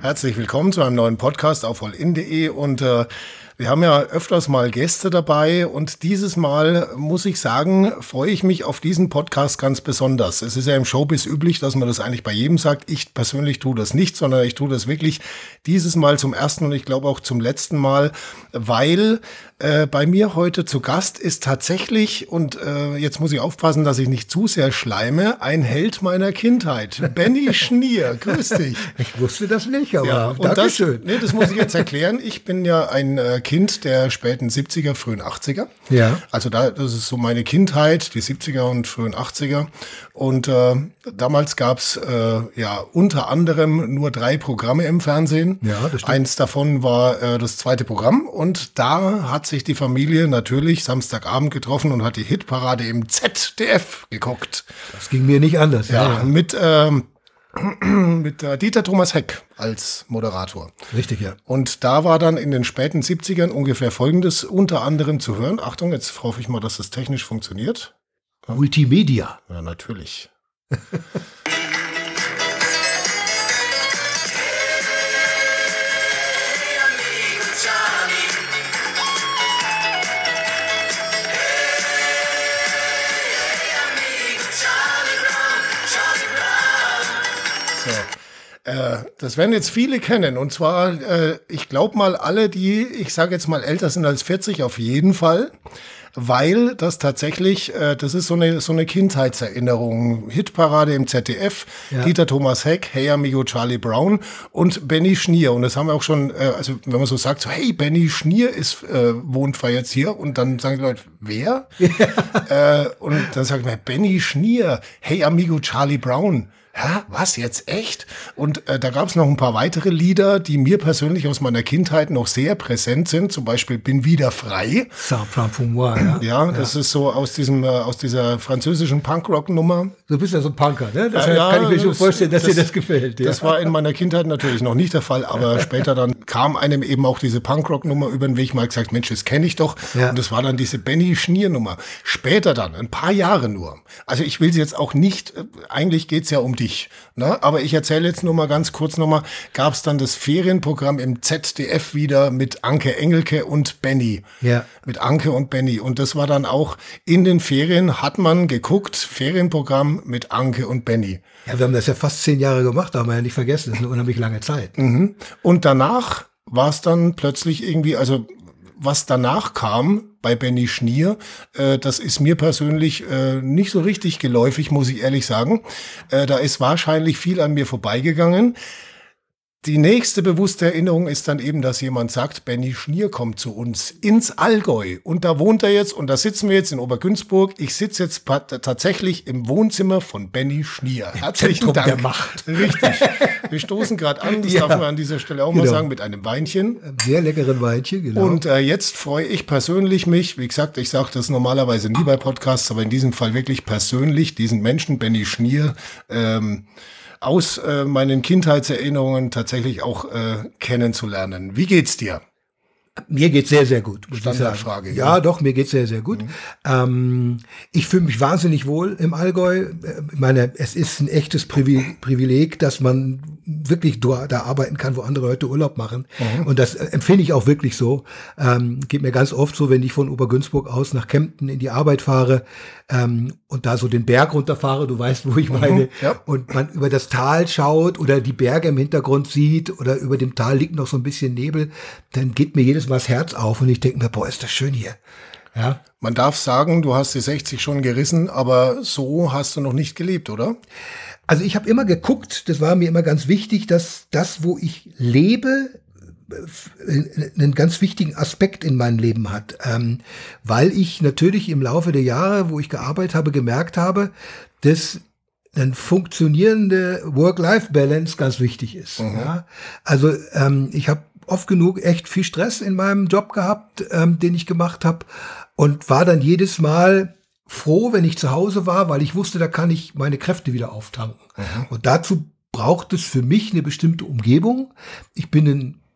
Herzlich willkommen zu einem neuen Podcast auf allin.de und wir haben ja öfters mal Gäste dabei und dieses Mal, muss ich sagen, freue ich mich auf diesen Podcast ganz besonders. Es ist ja im Showbiz üblich, dass man das eigentlich bei jedem sagt. Ich persönlich tue das nicht, sondern ich tue das wirklich dieses Mal zum ersten und ich glaube auch zum letzten Mal, weil bei mir heute zu Gast ist tatsächlich, und jetzt muss ich aufpassen, dass ich nicht zu sehr schleime, ein Held meiner Kindheit, Benny Schnier. Grüß dich. Ich wusste das nicht, aber ja, und Dankeschön. Das muss ich jetzt erklären. Ich bin ja ein Kind der späten 70er, frühen 80er. Ja. Also das ist so meine Kindheit, die 70er und frühen 80er. Und damals gab's unter anderem nur 3 Programme im Fernsehen. Ja, das stimmt. Eins davon war das zweite Programm und da hat sich die Familie natürlich Samstagabend getroffen und hat die Hitparade im ZDF geguckt. Das ging mir nicht anders. Ja. Mit Dieter Thomas Heck als Moderator. Richtig, ja. Und da war dann in den späten 70ern ungefähr Folgendes unter anderem zu hören. Achtung, jetzt hoffe ich mal, dass das technisch funktioniert. Multimedia. Ja, natürlich. Das werden jetzt viele kennen und zwar, ich glaube mal alle, die, ich sage jetzt mal älter sind als 40 auf jeden Fall, weil das tatsächlich, das ist so eine Kindheitserinnerung. Hitparade im ZDF, ja. Dieter Thomas Heck, Hey Amigo Charlie Brown und Benny Schnier. Und das haben wir auch schon, also wenn man so sagt, so hey, Benny Schnier wohnt jetzt hier und dann sagen die Leute, wer? Ja. Und dann sagt man, Benny Schnier, Hey Amigo Charlie Brown. Hä? Was, jetzt echt? Und da gab es noch ein paar weitere Lieder, die mir persönlich aus meiner Kindheit noch sehr präsent sind. Zum Beispiel Bin wieder frei. Ja, das ist so aus dieser französischen Punkrock-Nummer. Du bist ja so ein Punker, ne? Das kann ich mir schon vorstellen, dass dir das gefällt. Ja. Das war in meiner Kindheit natürlich noch nicht der Fall, aber später dann kam einem eben auch diese Punkrock-Nummer über den Weg. Mal gesagt, Mensch, das kenne ich doch. Ja. Und das war dann diese Benny Schnier-Nummer. Später dann, ein paar Jahre nur. Also ich will sie jetzt auch nicht, eigentlich geht's ja um dich. Ne? Aber ich erzähle jetzt nur mal ganz kurz nochmal, gab es dann das Ferienprogramm im ZDF wieder mit Anke Engelke und Benny. Ja. Mit Anke und Benny. Und das war dann auch in den Ferien, hat man geguckt, Ferienprogramm mit Anke und Benny. Ja, wir haben das ja fast 10 Jahre gemacht, da haben wir ja nicht vergessen, das ist eine unheimlich lange Zeit. Mhm. Und danach war es dann plötzlich irgendwie, also was danach kam bei Benny Schnier, das ist mir persönlich nicht so richtig geläufig, muss ich ehrlich sagen. Da ist wahrscheinlich viel an mir vorbeigegangen. Die nächste bewusste Erinnerung ist dann eben, dass jemand sagt, Benny Schnier kommt zu uns ins Allgäu. Und da wohnt er jetzt und da sitzen wir jetzt in Obergünzburg. Ich sitze jetzt tatsächlich im Wohnzimmer von Benny Schnier. Herzlichen Dank. Der Macht. Richtig. Wir stoßen gerade an, das darf man an dieser Stelle auch mal sagen, mit einem Weinchen. Einem sehr leckeren Weinchen, genau. Und jetzt freue ich persönlich mich, wie gesagt, ich sage das normalerweise nie bei Podcasts, aber in diesem Fall wirklich persönlich, diesen Menschen, Benny Schnier, aus meinen Kindheitserinnerungen tatsächlich auch kennenzulernen. Wie geht's dir? Mir geht's sehr, sehr gut. Standardfrage. Ja, doch, mir geht's sehr, sehr gut. Ich fühle mich wahnsinnig wohl im Allgäu. Ich meine, es ist ein echtes Privileg, dass man wirklich da arbeiten kann, wo andere Leute Urlaub machen. Mhm. Und das empfinde ich auch wirklich so. Geht mir ganz oft so, wenn ich von Obergünzburg aus nach Kempten in die Arbeit fahre und da so den Berg runterfahre, du weißt, wo ich meine, ja. Und man über das Tal schaut oder die Berge im Hintergrund sieht oder über dem Tal liegt noch so ein bisschen Nebel, dann geht mir jedes Mal das Herz auf und ich denke mir, boah, ist das schön hier. Ja. Man darf sagen, du hast die 60 schon gerissen, aber so hast du noch nicht gelebt, oder? Also ich habe immer geguckt, das war mir immer ganz wichtig, dass das, wo ich lebe, einen ganz wichtigen Aspekt in meinem Leben hat, weil ich natürlich im Laufe der Jahre, wo ich gearbeitet habe, gemerkt habe, dass eine funktionierende Work-Life-Balance ganz wichtig ist. Mhm. Ja? Also ich habe oft genug echt viel Stress in meinem Job gehabt, den ich gemacht habe und war dann jedes Mal froh, wenn ich zu Hause war, weil ich wusste, da kann ich meine Kräfte wieder auftanken. Mhm. Und dazu braucht es für mich eine bestimmte Umgebung. Ich bin ein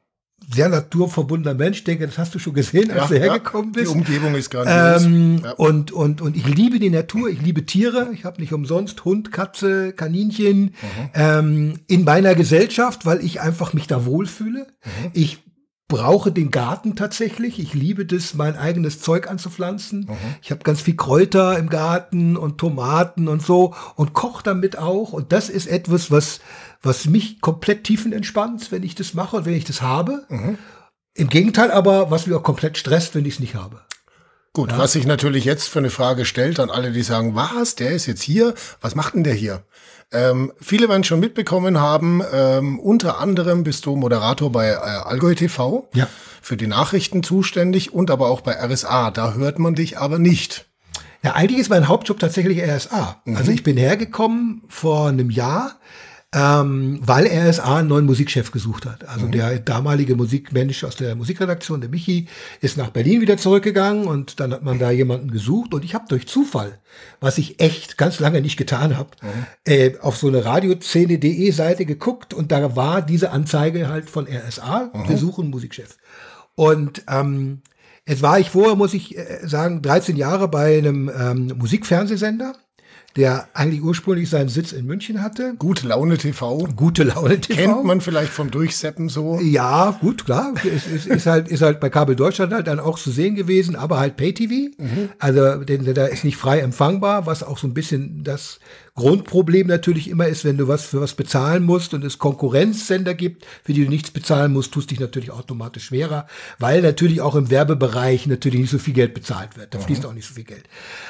sehr naturverbundener Mensch. Ich denke, das hast du schon gesehen, als du hergekommen bist. Die Umgebung ist grandios. Und ich liebe die Natur, ich liebe Tiere. Ich habe nicht umsonst Hund, Katze, Kaninchen in meiner Gesellschaft, weil ich einfach mich da wohlfühle. Ich brauche den Garten tatsächlich. Ich liebe das, mein eigenes Zeug anzupflanzen. Ich habe ganz viel Kräuter im Garten und Tomaten und so und koche damit auch. Und das ist etwas, was mich komplett tiefenentspannt, wenn ich das mache und wenn ich das habe. Im Gegenteil aber, was mich auch komplett stresst, wenn ich es nicht habe. Gut, was sich natürlich jetzt für eine Frage stellt an alle, die sagen, was, der ist jetzt hier, was macht denn der hier? Viele werden schon mitbekommen haben, unter anderem bist du Moderator bei Allgäu TV, für die Nachrichten zuständig und aber auch bei RSA, da hört man dich aber nicht. Ja, eigentlich ist mein Hauptjob tatsächlich RSA. Also ich bin hergekommen vor einem Jahr, weil RSA einen neuen Musikchef gesucht hat. Also der damalige Musikmensch aus der Musikredaktion, der Michi, ist nach Berlin wieder zurückgegangen und dann hat man da jemanden gesucht und ich habe durch Zufall, was ich echt ganz lange nicht getan habe, auf so eine Radioszene.de Seite geguckt und da war diese Anzeige halt von RSA, wir suchen einen Musikchef. Und jetzt war ich vorher, muss ich sagen, 13 Jahre bei einem Musikfernsehsender, der eigentlich ursprünglich seinen Sitz in München hatte. Gute Laune TV. Gute Laune TV. Kennt man vielleicht vom Durchseppen so. Ja, gut, klar. Es ist halt bei Kabel Deutschland halt dann auch zu sehen gewesen, aber halt Pay-TV. Also, der ist nicht frei empfangbar, was auch so ein bisschen das Grundproblem natürlich immer ist, wenn du für was bezahlen musst und es Konkurrenzsender gibt, für die du nichts bezahlen musst, tust dich natürlich automatisch schwerer, weil natürlich auch im Werbebereich natürlich nicht so viel Geld bezahlt wird. Da fließt auch nicht so viel Geld.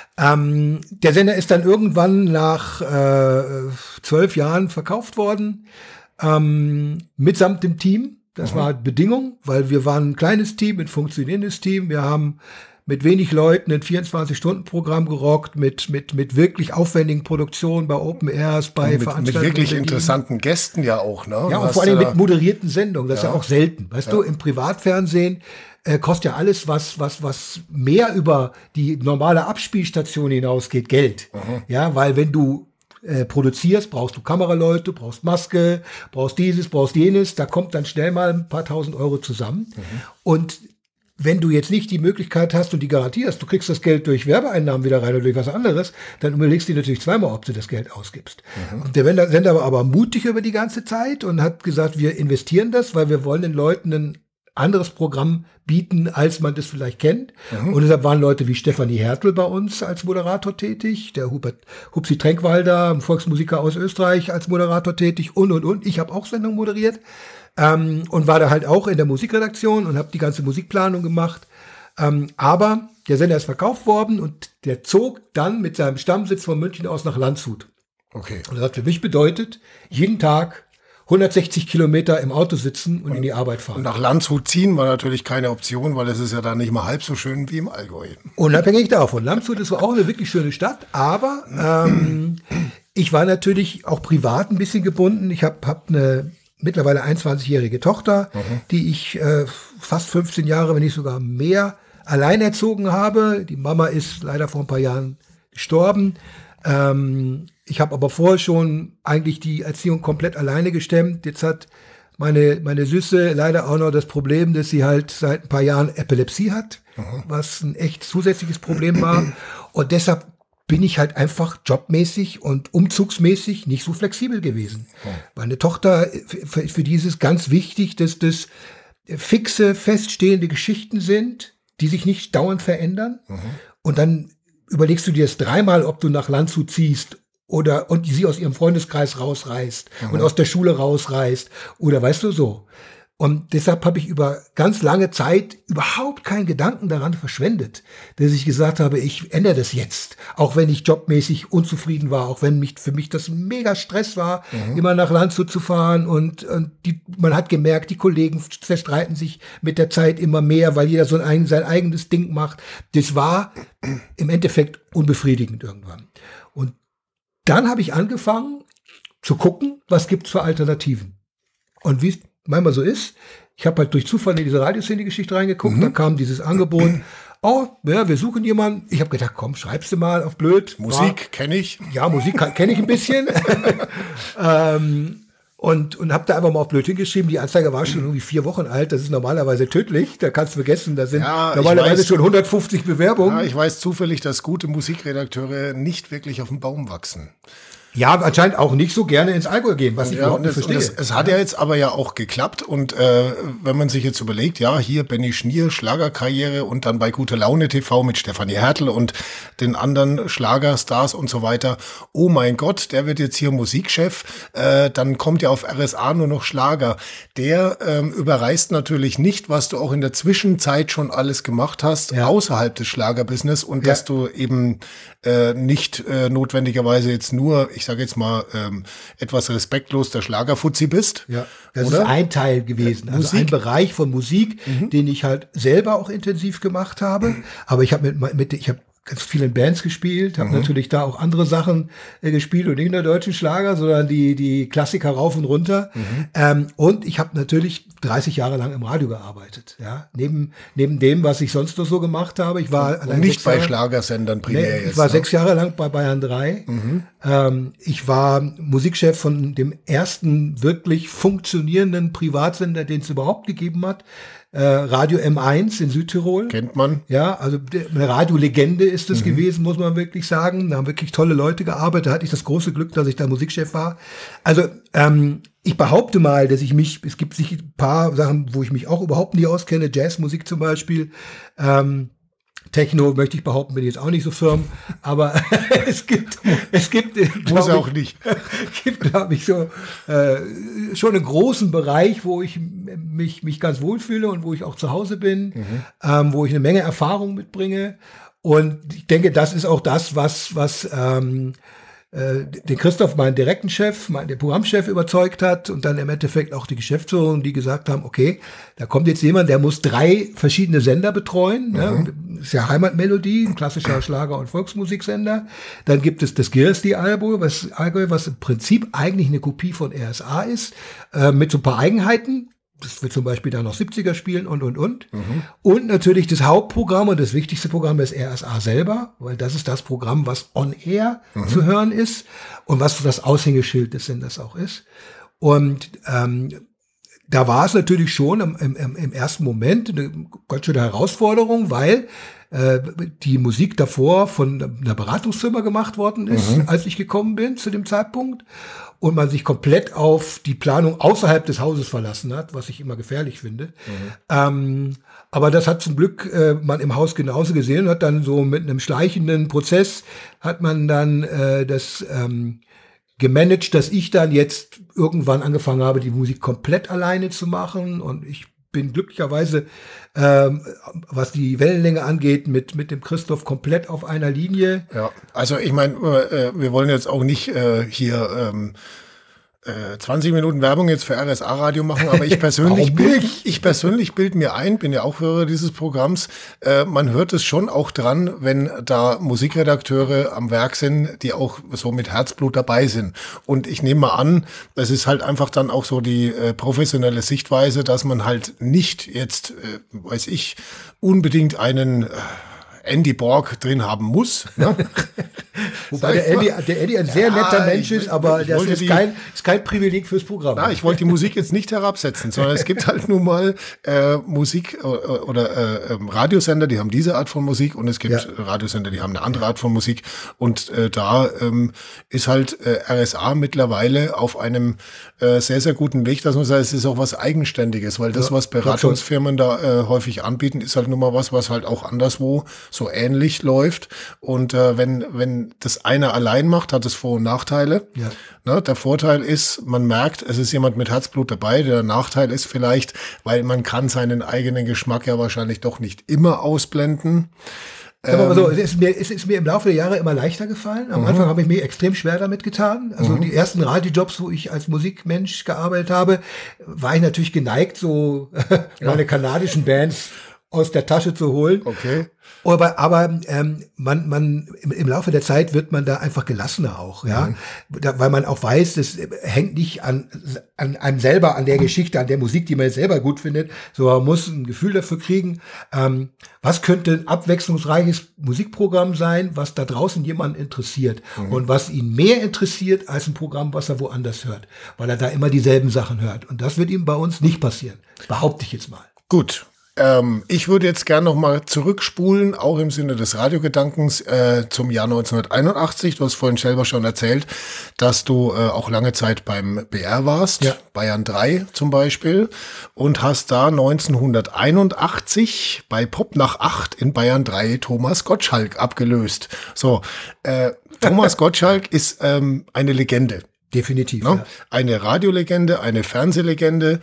Der Sender ist dann irgendwann nach 12 Jahren verkauft worden, mitsamt dem Team. Das war Bedingung, weil wir waren ein kleines Team, ein funktionierendes Team. Wir haben mit wenig Leuten ein 24-Stunden-Programm gerockt, mit wirklich aufwendigen Produktionen bei Open Airs, bei Veranstaltungen. Mit wirklich interessanten Gästen ja auch, ne? Ja, und vor allem mit moderierten Sendungen. Das ist ja auch selten. Weißt du, im Privatfernsehen kostet ja alles, was mehr über die normale Abspielstation hinausgeht, Geld. Ja, weil wenn du produzierst, brauchst du Kameraleute, brauchst Maske, brauchst dieses, brauchst jenes, da kommt dann schnell mal ein paar tausend Euro zusammen. Und wenn du jetzt nicht die Möglichkeit hast und die Garantie hast, du kriegst das Geld durch Werbeeinnahmen wieder rein oder durch was anderes, dann überlegst du dir natürlich zweimal, ob du das Geld ausgibst. Und der Sender war aber mutig über die ganze Zeit und hat gesagt, wir investieren das, weil wir wollen den Leuten ein anderes Programm bieten, als man das vielleicht kennt. Und deshalb waren Leute wie Stefanie Hertel bei uns als Moderator tätig, der Hupsi Tränkwalder, ein Volksmusiker aus Österreich, als Moderator tätig und. Ich habe auch Sendungen moderiert. Und war da halt auch in der Musikredaktion und habe die ganze Musikplanung gemacht. Aber der Sender ist verkauft worden und der zog dann mit seinem Stammsitz von München aus nach Landshut. Okay. Und das hat für mich bedeutet, jeden Tag 160 Kilometer im Auto sitzen und in die Arbeit fahren. Und nach Landshut ziehen war natürlich keine Option, weil es ist ja da nicht mal halb so schön wie im Allgäu. Unabhängig davon. Landshut ist auch eine wirklich schöne Stadt, aber ich war natürlich auch privat ein bisschen gebunden. Ich hab eine mittlerweile 21-jährige Tochter, die ich fast 15 Jahre, wenn nicht sogar mehr, allein erzogen habe. Die Mama ist leider vor ein paar Jahren gestorben. Ich habe aber vorher schon eigentlich die Erziehung komplett alleine gestemmt. Jetzt hat meine Süße leider auch noch das Problem, dass sie halt seit ein paar Jahren Epilepsie hat, was ein echt zusätzliches Problem war. Und deshalb bin ich halt einfach jobmäßig und umzugsmäßig nicht so flexibel gewesen. Meine Tochter, für die ist es ganz wichtig, dass das fixe, feststehende Geschichten sind, die sich nicht dauernd verändern. Und dann überlegst du dir das dreimal, ob du nach Landshut ziehst und sie aus ihrem Freundeskreis rausreißt und aus der Schule rausreißt oder weißt du so. Und deshalb habe ich über ganz lange Zeit überhaupt keinen Gedanken daran verschwendet, dass ich gesagt habe, ich ändere das jetzt. Auch wenn ich jobmäßig unzufrieden war, auch wenn für mich das mega Stress war, immer nach Landshut zu fahren. Und man hat gemerkt, die Kollegen zerstreiten sich mit der Zeit immer mehr, weil jeder sein eigenes Ding macht. Das war im Endeffekt unbefriedigend irgendwann. Und dann habe ich angefangen zu gucken, was gibt's für Alternativen. Und wie es manchmal so ist, ich habe halt durch Zufall in diese Radioszene-Geschichte reingeguckt, da kam dieses Angebot, oh, ja, wir suchen jemanden. Ich habe gedacht, komm, schreibst du mal auf blöd. Musik kenne ich. Ja, Musik kenne ich ein bisschen. Und habe da einfach mal auf blöd hingeschrieben, die Anzeige war schon irgendwie 4 Wochen alt, das ist normalerweise tödlich, da kannst du vergessen, da sind normalerweise schon 150 Bewerbungen. Ja, ich weiß zufällig, dass gute Musikredakteure nicht wirklich auf dem Baum wachsen. Ja, anscheinend auch nicht so gerne ins Allgäu gehen, was ich überhaupt nicht verstehe. Es hat ja jetzt aber ja auch geklappt und wenn man sich jetzt überlegt, ja, hier Benny Schnier, Schlagerkarriere und dann bei Gute Laune TV mit Stefanie Hertel und den anderen Schlagerstars und so weiter. Oh mein Gott, der wird jetzt hier Musikchef, dann kommt ja auf RSA nur noch Schlager. Der überreißt natürlich nicht, was du auch in der Zwischenzeit schon alles gemacht hast, außerhalb des Schlagerbusiness und dass du eben nicht notwendigerweise jetzt nur, ich sage jetzt mal, etwas respektlos der Schlagerfuzzi bist. Ja, das ist ein Teil gewesen. Also ein Bereich von Musik, den ich halt selber auch intensiv gemacht habe. Aber ich habe ich habe ganz vielen Bands gespielt, habe natürlich da auch andere Sachen gespielt und nicht nur deutschen Schlager, sondern die Klassiker rauf und runter. Und ich habe natürlich 30 Jahre lang im Radio gearbeitet. Ja, neben dem, was ich sonst noch so gemacht habe. Ich war und nicht bei Schlagersendern primär jetzt. Ich war 6 Jahre lang bei Bayern 3. Ich war Musikchef von dem ersten wirklich funktionierenden Privatsender, den es überhaupt gegeben hat. Radio M1 in Südtirol. Kennt man. Ja, also eine Radiolegende ist es gewesen, muss man wirklich sagen. Da haben wirklich tolle Leute gearbeitet. Da hatte ich das große Glück, dass ich da Musikchef war. Also ich behaupte mal, dass es gibt sicher ein paar Sachen, wo ich mich auch überhaupt nicht auskenne. Jazzmusik zum Beispiel. Techno möchte ich behaupten, bin ich jetzt auch nicht so firm, aber es gibt, muss auch nicht. Gibt, glaube ich, so schon einen großen Bereich, wo ich mich ganz wohlfühle und wo ich auch zu Hause bin, wo ich eine Menge Erfahrung mitbringe. Und ich denke, das ist auch das, was den Christoph, meinen direkten Chef, den Programmchef überzeugt hat und dann im Endeffekt auch die Geschäftsführung, die gesagt haben, okay, da kommt jetzt jemand, der muss 3 verschiedene Sender betreuen. Ne? Das ist ja Heimatmelodie, ein klassischer Schlager- und Volksmusiksender. Dann gibt es das Girsti-Allgäu, was im Prinzip eigentlich eine Kopie von RSA ist, mit so ein paar Eigenheiten. Das wird zum Beispiel da noch 70er spielen und. Und natürlich das Hauptprogramm und das wichtigste Programm ist RSA selber, weil das ist das Programm, was on air zu hören ist und was das Aushängeschild des Senders auch ist. Und da war es natürlich schon im ersten Moment eine ganz schöne Herausforderung, weil die Musik davor von einer Beratungsfirma gemacht worden ist, als ich gekommen bin zu dem Zeitpunkt. Und man sich komplett auf die Planung außerhalb des Hauses verlassen hat, was ich immer gefährlich finde. Aber das hat zum Glück man im Haus genauso gesehen und hat dann so mit einem schleichenden Prozess hat man dann das gemanagt, dass ich dann jetzt irgendwann angefangen habe, die Musik komplett alleine zu machen. Und ich bin glücklicherweise, was die Wellenlänge angeht, mit dem Christoph komplett auf einer Linie. Ja, also ich meine, wir wollen jetzt auch nicht hier 20 Minuten Werbung jetzt für RSA Radio machen, aber ich persönlich bilde mir ein, bin ja auch Hörer dieses Programms, man hört es schon auch dran, wenn da Musikredakteure am Werk sind, die auch so mit Herzblut dabei sind. Und ich nehme mal an, es ist halt einfach dann auch so die professionelle Sichtweise, dass man halt nicht jetzt, weiß ich, unbedingt einen Andy Borg drin haben muss. Ne? Wobei der Andy ein sehr netter Mensch ist, aber das ist kein Privileg fürs Programm. Na, ich wollte die Musik jetzt nicht herabsetzen, sondern es gibt halt nun mal Musik oder Radiosender, die haben diese Art von Musik und es gibt Radiosender, die haben eine andere Art von Musik und da ist halt RSA mittlerweile auf einem sehr, sehr guten Weg, dass man sagt, es ist auch was Eigenständiges, weil das, was Beratungsfirmen da häufig anbieten, ist halt nun mal was halt auch anderswo so ähnlich läuft. Und wenn das einer allein macht, hat es Vor- und Nachteile. Ja. Ne, der Vorteil ist, man merkt, es ist jemand mit Herzblut dabei. Der Nachteil ist vielleicht, weil man kann seinen eigenen Geschmack ja wahrscheinlich doch nicht immer ausblenden. Sagen wir mal so, es ist mir im Laufe der Jahre immer leichter gefallen. Am Anfang habe ich mir extrem schwer damit getan. Also die ersten Radiojobs, wo ich als Musikmensch gearbeitet habe, war ich natürlich geneigt, so meine kanadischen Bands aus der Tasche zu holen. Okay. Aber man im Laufe der Zeit wird man da einfach gelassener auch, ja, weil man auch weiß, das hängt nicht an einem selber, an der Geschichte, an der Musik, die man selber gut findet, so man muss ein Gefühl dafür kriegen, was könnte ein abwechslungsreiches Musikprogramm sein, was da draußen jemanden interessiert und was ihn mehr interessiert als ein Programm, was er woanders hört, weil er da immer dieselben Sachen hört. Und das wird ihm bei uns nicht passieren, behaupte ich jetzt mal. Gut. Ich würde jetzt gern noch mal zurückspulen, auch im Sinne des Radiogedankens, zum Jahr 1981. Du hast vorhin selber schon erzählt, dass du auch lange Zeit beim BR warst, ja. Bayern 3 zum Beispiel, und hast da 1981 bei Pop nach 8 in Bayern 3 Thomas Gottschalk abgelöst. So, Thomas Gottschalk ist eine Legende. Definitiv. No? Ja. Eine Radiolegende, eine Fernsehlegende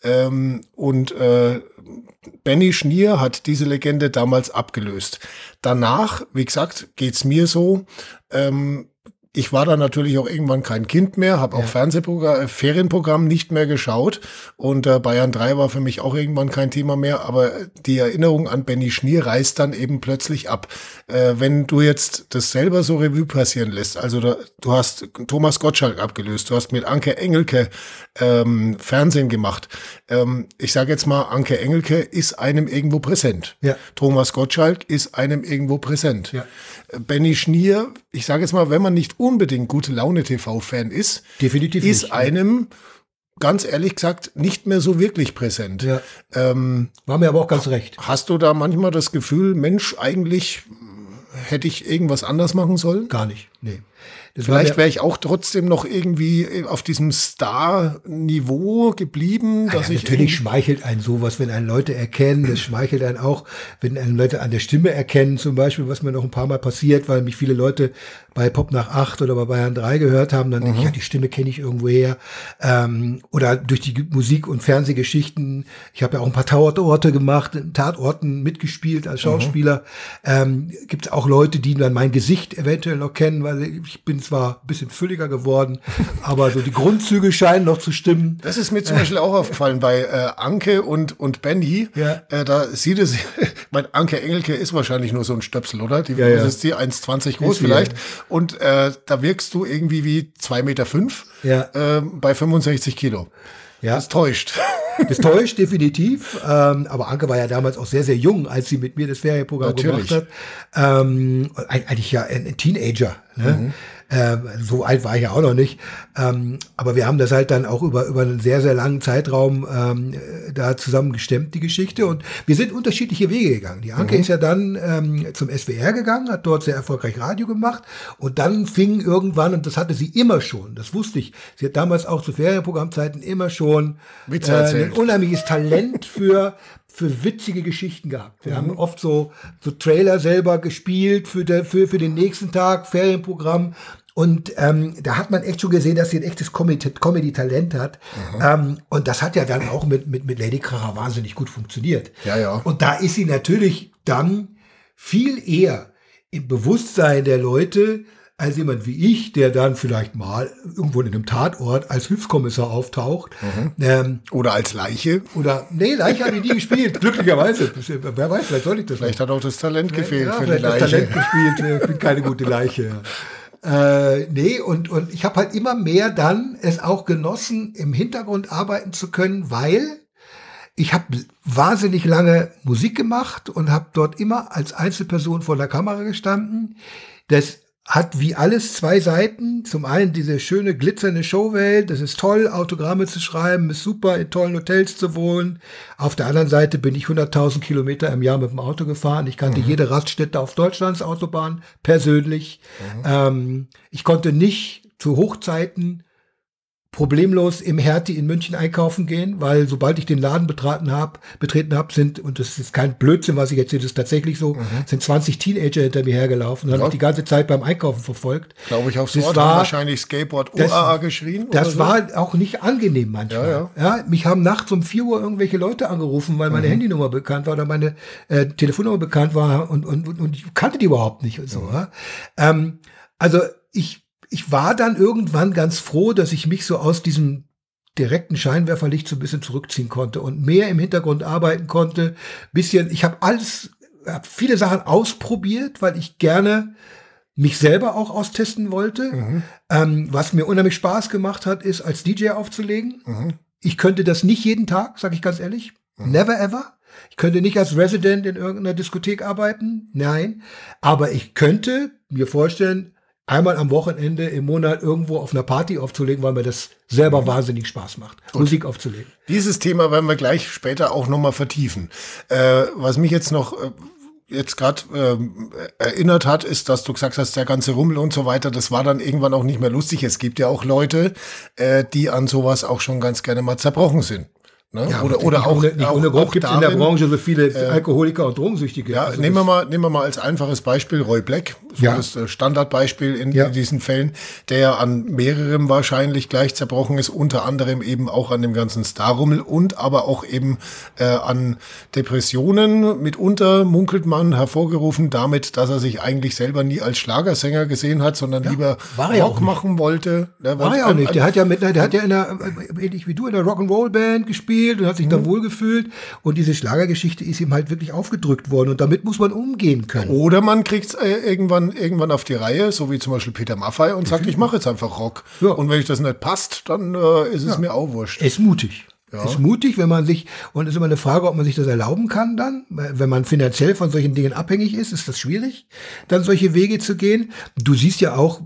und Benny Schnier hat diese Legende damals abgelöst. Danach, wie gesagt, geht's mir so. Ich war dann natürlich auch irgendwann kein Kind mehr, habe auch Ferienprogramm nicht mehr geschaut und Bayern 3 war für mich auch irgendwann kein Thema mehr, aber die Erinnerung an Benny Schnier reißt dann eben plötzlich ab. Wenn du jetzt das selber so Revue passieren lässt, also du hast Thomas Gottschalk abgelöst, du hast mit Anke Engelke Fernsehen gemacht. Ich sage jetzt mal, Anke Engelke ist einem irgendwo präsent. Ja. Thomas Gottschalk ist einem irgendwo präsent. Ja. Benny Schnier, ich sage jetzt mal, wenn man nicht unbedingt Gute-Laune-TV-Fan ist, definitiv ist nicht, einem, ganz ehrlich gesagt, nicht mehr so wirklich präsent. Ja. War mir aber auch ganz recht. Hast du da manchmal das Gefühl, Mensch, eigentlich hätte ich irgendwas anders machen sollen? Gar nicht, nee. Vielleicht wäre ich auch trotzdem noch irgendwie auf diesem Star-Niveau geblieben. Dass ich natürlich schmeichelt einen sowas, wenn einen Leute erkennen. Das schmeichelt einen auch, wenn einen Leute an der Stimme erkennen, zum Beispiel, was mir noch ein paar Mal passiert, weil mich viele Leute bei Pop nach 8 oder bei Bayern 3 gehört haben. Dann denke ich, ja, die Stimme kenne ich irgendwo her. Oder durch die Musik- und Fernsehgeschichten. Ich habe ja auch ein paar Tatorte gemacht, in Tatorten mitgespielt als Schauspieler. Gibt es auch Leute, die dann mein Gesicht eventuell noch kennen, weil ich bin zwar ein bisschen fülliger geworden, aber so die Grundzüge scheinen noch zu stimmen. Das ist mir zum Beispiel auch aufgefallen bei Anke und Benny. Ja. Da sieht es, mein Anke Engelke ist wahrscheinlich nur so ein Stöpsel, oder? Das ist die 1,20 groß vielleicht. Und da wirkst du irgendwie wie 2,5 Meter bei 65 Kilo. Ja. Das täuscht. Das täuscht definitiv. Aber Anke war ja damals auch sehr, sehr jung, als sie mit mir das Ferienprogramm gemacht hat. Eigentlich ja ein Teenager. Ne? So alt war ich ja auch noch nicht. Aber wir haben das halt dann auch über einen sehr, sehr langen Zeitraum da zusammen gestemmt, die Geschichte. Und wir sind unterschiedliche Wege gegangen. Die Anke ist ja dann zum SWR gegangen, hat dort sehr erfolgreich Radio gemacht. Und dann fing irgendwann, und das hatte sie immer schon, das wusste ich, sie hat damals auch zu Ferienprogrammzeiten immer schon ein unheimliches Talent für witzige Geschichten gehabt. Wir haben oft so Trailer selber gespielt für den nächsten Tag, Ferienprogramm. Und da hat man echt schon gesehen, dass sie ein echtes Comedy-Talent hat. Und das hat ja dann auch mit Lady Kracher wahnsinnig gut funktioniert. Ja, ja. Und da ist sie natürlich dann viel eher im Bewusstsein der Leute als jemand wie ich, der dann vielleicht mal irgendwo in einem Tatort als Hilfskommissar auftaucht. Oder als Leiche. Leiche habe ich nie gespielt, glücklicherweise. Wer weiß, vielleicht soll ich das. Vielleicht hat auch das Talent gefehlt für die Leiche. Das Talent gespielt, ich bin keine gute Leiche. Und ich habe halt immer mehr dann es auch genossen, im Hintergrund arbeiten zu können, weil ich habe wahnsinnig lange Musik gemacht und habe dort immer als Einzelperson vor der Kamera gestanden. Das hat wie alles zwei Seiten. Zum einen diese schöne glitzernde Showwelt, das ist toll, Autogramme zu schreiben, ist super, in tollen Hotels zu wohnen. Auf der anderen Seite bin ich 100.000 Kilometer im Jahr mit dem Auto gefahren. Ich kannte jede Raststätte auf Deutschlands Autobahn persönlich. Ich konnte nicht zu Hochzeiten problemlos im Hertie in München einkaufen gehen, weil sobald ich den Laden betreten habe, und das ist kein Blödsinn, was ich erzähle, das ist tatsächlich so, sind 20 Teenager hinter mir hergelaufen und haben mich die ganze Zeit beim Einkaufen verfolgt. Glaube ich, aufs Wort haben wahrscheinlich Skateboard UAA geschrien. Das war auch nicht angenehm manchmal. Ja, mich haben nachts um 4 Uhr irgendwelche Leute angerufen, weil meine Handynummer bekannt war oder meine Telefonnummer bekannt war und ich kannte die überhaupt nicht und so. Also ich war dann irgendwann ganz froh, dass ich mich so aus diesem direkten Scheinwerferlicht so ein bisschen zurückziehen konnte und mehr im Hintergrund arbeiten konnte. Ich habe viele Sachen ausprobiert, weil ich gerne mich selber auch austesten wollte. Was mir unheimlich Spaß gemacht hat, ist, als DJ aufzulegen. Ich könnte das nicht jeden Tag, sage ich ganz ehrlich. Never ever. Ich könnte nicht als Resident in irgendeiner Diskothek arbeiten. Nein. Aber ich könnte mir vorstellen, einmal am Wochenende im Monat irgendwo auf einer Party aufzulegen, weil mir das selber wahnsinnig Spaß macht, Musik aufzulegen. Dieses Thema werden wir gleich später auch nochmal vertiefen. Was mich jetzt noch jetzt gerade erinnert hat, ist, dass du gesagt hast, der ganze Rummel und so weiter, das war dann irgendwann auch nicht mehr lustig. Es gibt ja auch Leute, die an sowas auch schon ganz gerne mal zerbrochen sind. Ne? Ja, oder auch nicht ohne Grund gibt es in der Branche so viele Alkoholiker und Drogensüchtige. Ja, also nehmen wir mal als einfaches Beispiel Roy Black, so das Standardbeispiel in diesen Fällen, der ja an mehrerem wahrscheinlich gleich zerbrochen ist, unter anderem eben auch an dem ganzen Starrummel und aber auch eben an Depressionen. Mitunter munkelt man hervorgerufen damit, dass er sich eigentlich selber nie als Schlagersänger gesehen hat, sondern lieber Rock machen wollte. War er auch nicht. Der hat ja in der, ähnlich wie du, in der Rock'n'Roll-Band gespielt und hat sich da wohlgefühlt. Und diese Schlagergeschichte ist ihm halt wirklich aufgedrückt worden. Und damit muss man umgehen können. Oder man kriegt es irgendwann auf die Reihe, so wie zum Beispiel Peter Maffay, und sagt, ich mache jetzt einfach Rock. Ja. Und wenn euch das nicht passt, dann ist es mir auch wurscht. Ist mutig. Ja. Ist mutig, wenn man sich, und es ist immer eine Frage, ob man sich das erlauben kann dann. Wenn man finanziell von solchen Dingen abhängig ist das schwierig, dann solche Wege zu gehen. Du siehst ja auch,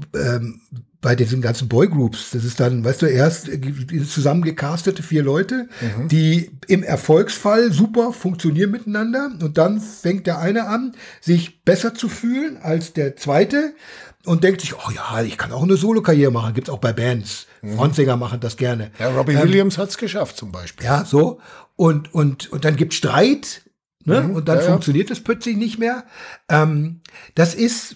bei diesen ganzen Boygroups, das ist dann, weißt du, erst zusammengecastete 4 Leute, die im Erfolgsfall super funktionieren miteinander und dann fängt der eine an, sich besser zu fühlen als der zweite und denkt sich, oh ja, ich kann auch eine Solo-Karriere machen, gibt's auch bei Bands. Frontsänger machen das gerne. Ja, Robbie Williams hat's geschafft zum Beispiel. Ja, so. Und dann gibt's Streit, ne? Und dann funktioniert es plötzlich nicht mehr. Das ist,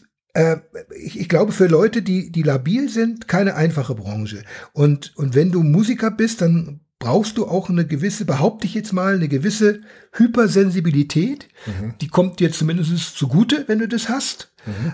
ich glaube, für Leute, die labil sind, keine einfache Branche. Und wenn du Musiker bist, dann brauchst du auch eine gewisse, behaupte ich jetzt mal, eine gewisse Hypersensibilität. Die kommt dir zumindest zugute, wenn du das hast.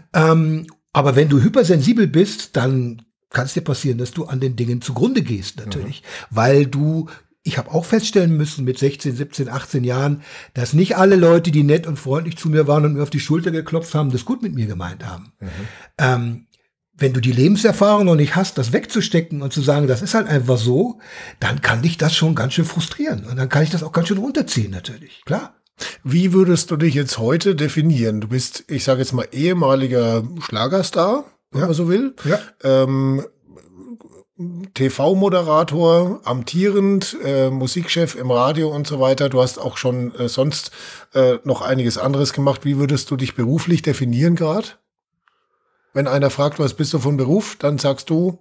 Aber wenn du hypersensibel bist, dann kann es dir passieren, dass du an den Dingen zugrunde gehst, natürlich. Weil ich habe auch feststellen müssen mit 16, 17, 18 Jahren, dass nicht alle Leute, die nett und freundlich zu mir waren und mir auf die Schulter geklopft haben, das gut mit mir gemeint haben. Wenn du die Lebenserfahrung noch nicht hast, das wegzustecken und zu sagen, das ist halt einfach so, dann kann dich das schon ganz schön frustrieren. Und dann kann ich das auch ganz schön runterziehen, natürlich. Klar. Wie würdest du dich jetzt heute definieren? Du bist, ich sage jetzt mal, ehemaliger Schlagerstar, wenn man so will. Ja. TV-Moderator, amtierend, Musikchef im Radio und so weiter. Du hast auch schon sonst noch einiges anderes gemacht. Wie würdest du dich beruflich definieren gerade? Wenn einer fragt, was bist du von Beruf, dann sagst du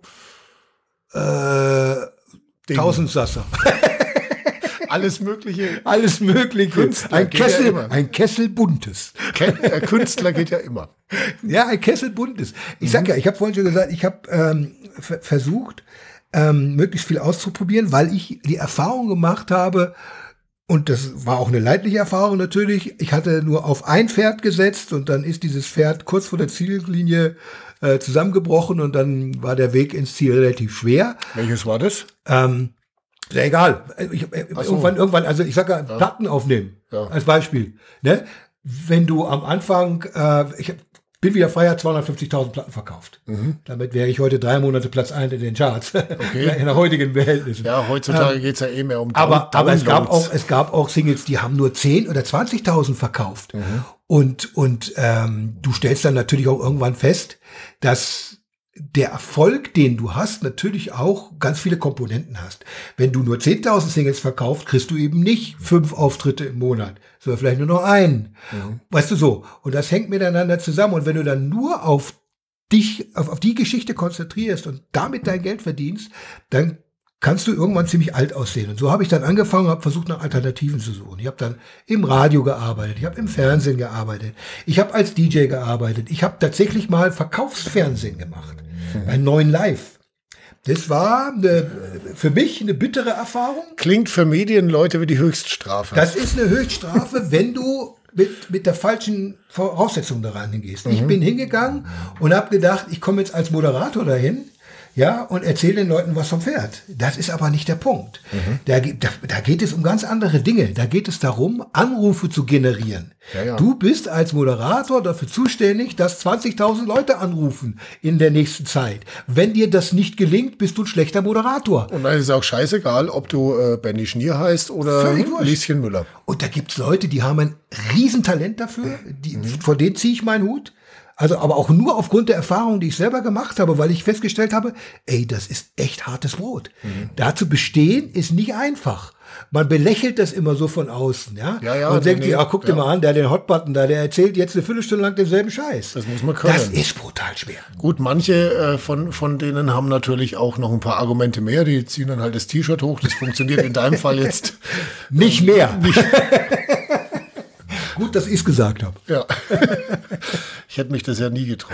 Tausendsasser. Alles Mögliche. Alles Mögliche. Künstler Ein Kessel Buntes. Künstler geht ja immer. Ja, ein Kessel Buntes. Ich sag ja, ich habe vorhin schon gesagt, ich habe versucht, möglichst viel auszuprobieren, weil ich die Erfahrung gemacht habe, und das war auch eine leidliche Erfahrung natürlich, ich hatte nur auf ein Pferd gesetzt und dann ist dieses Pferd kurz vor der Ziellinie zusammengebrochen und dann war der Weg ins Ziel relativ schwer. Welches war das? Ja, egal. Irgendwann, also ich sag ja, Platten aufnehmen, als Beispiel. Ne? Wenn du am Anfang, ich bin wieder frei, hat 250.000 Platten verkauft. Damit wäre ich heute 3 Monate Platz 1 in den Charts. Okay. In der heutigen Verhältnissen. Ja, heutzutage geht's ja eh mehr um aber es gab auch Singles, die haben nur 10.000 oder 20.000 verkauft. Und du stellst dann natürlich auch irgendwann fest, dass der Erfolg, den du hast, natürlich auch ganz viele Komponenten hast. Wenn du nur 10.000 Singles verkaufst, kriegst du eben nicht 5 Auftritte im Monat, sondern vielleicht nur noch einen. Weißt du so? Und das hängt miteinander zusammen. Und wenn du dann nur auf die Geschichte konzentrierst und damit dein Geld verdienst, dann kannst du irgendwann ziemlich alt aussehen. Und so habe ich dann angefangen, habe versucht, nach Alternativen zu suchen. Ich habe dann im Radio gearbeitet, ich habe im Fernsehen gearbeitet, ich habe als DJ gearbeitet, ich habe tatsächlich mal Verkaufsfernsehen gemacht, bei 9 Live. Das war für mich eine bittere Erfahrung. Klingt für Medienleute wie die Höchststrafe. Das ist eine Höchststrafe, wenn du mit der falschen Voraussetzung da reingehst. Ich bin hingegangen und habe gedacht, ich komme jetzt als Moderator dahin. ja, und erzähle den Leuten was vom Pferd. Das ist aber nicht der Punkt. Da geht es um ganz andere Dinge. Da geht es darum, Anrufe zu generieren. Ja. Du bist als Moderator dafür zuständig, dass 20.000 Leute anrufen in der nächsten Zeit. Wenn dir das nicht gelingt, bist du ein schlechter Moderator. Und dann ist es auch scheißegal, ob du Benny Schnier heißt oder Lieschen Müller. Und da gibt's Leute, die haben ein Riesentalent dafür. Vor denen ziehe ich meinen Hut. Also, aber auch nur aufgrund der Erfahrung, die ich selber gemacht habe, weil ich festgestellt habe, ey, das ist echt hartes Brot. Da zu bestehen ist nicht einfach. Man belächelt das immer so von außen, ja. Und denkt sich, guck dir mal an, der den Hotbutton da, der erzählt jetzt eine Viertelstunde lang denselben Scheiß. Das muss man können. Das ist brutal schwer. Gut, manche von denen haben natürlich auch noch ein paar Argumente mehr. Die ziehen dann halt das T-Shirt hoch. Das funktioniert in deinem Fall jetzt nicht mehr. Gut, dass ich es gesagt habe. Ja. Ich hätte mich das ja nie getraut.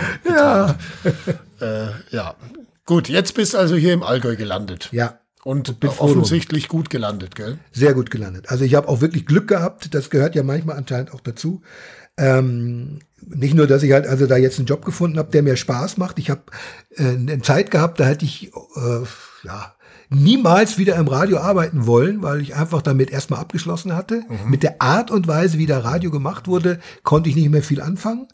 Ja. Gut, jetzt bist du also hier im Allgäu gelandet. Ja. Und offensichtlich gut gelandet, gell? Sehr gut gelandet. Also ich habe auch wirklich Glück gehabt. Das gehört ja manchmal anscheinend auch dazu. Nicht nur, dass ich halt also da jetzt einen Job gefunden habe, der mir Spaß macht. Ich habe eine Zeit gehabt, da hätte ich niemals wieder im Radio arbeiten wollen, weil ich einfach damit erstmal abgeschlossen hatte. Mit der Art und Weise, wie da Radio gemacht wurde, konnte ich nicht mehr viel anfangen.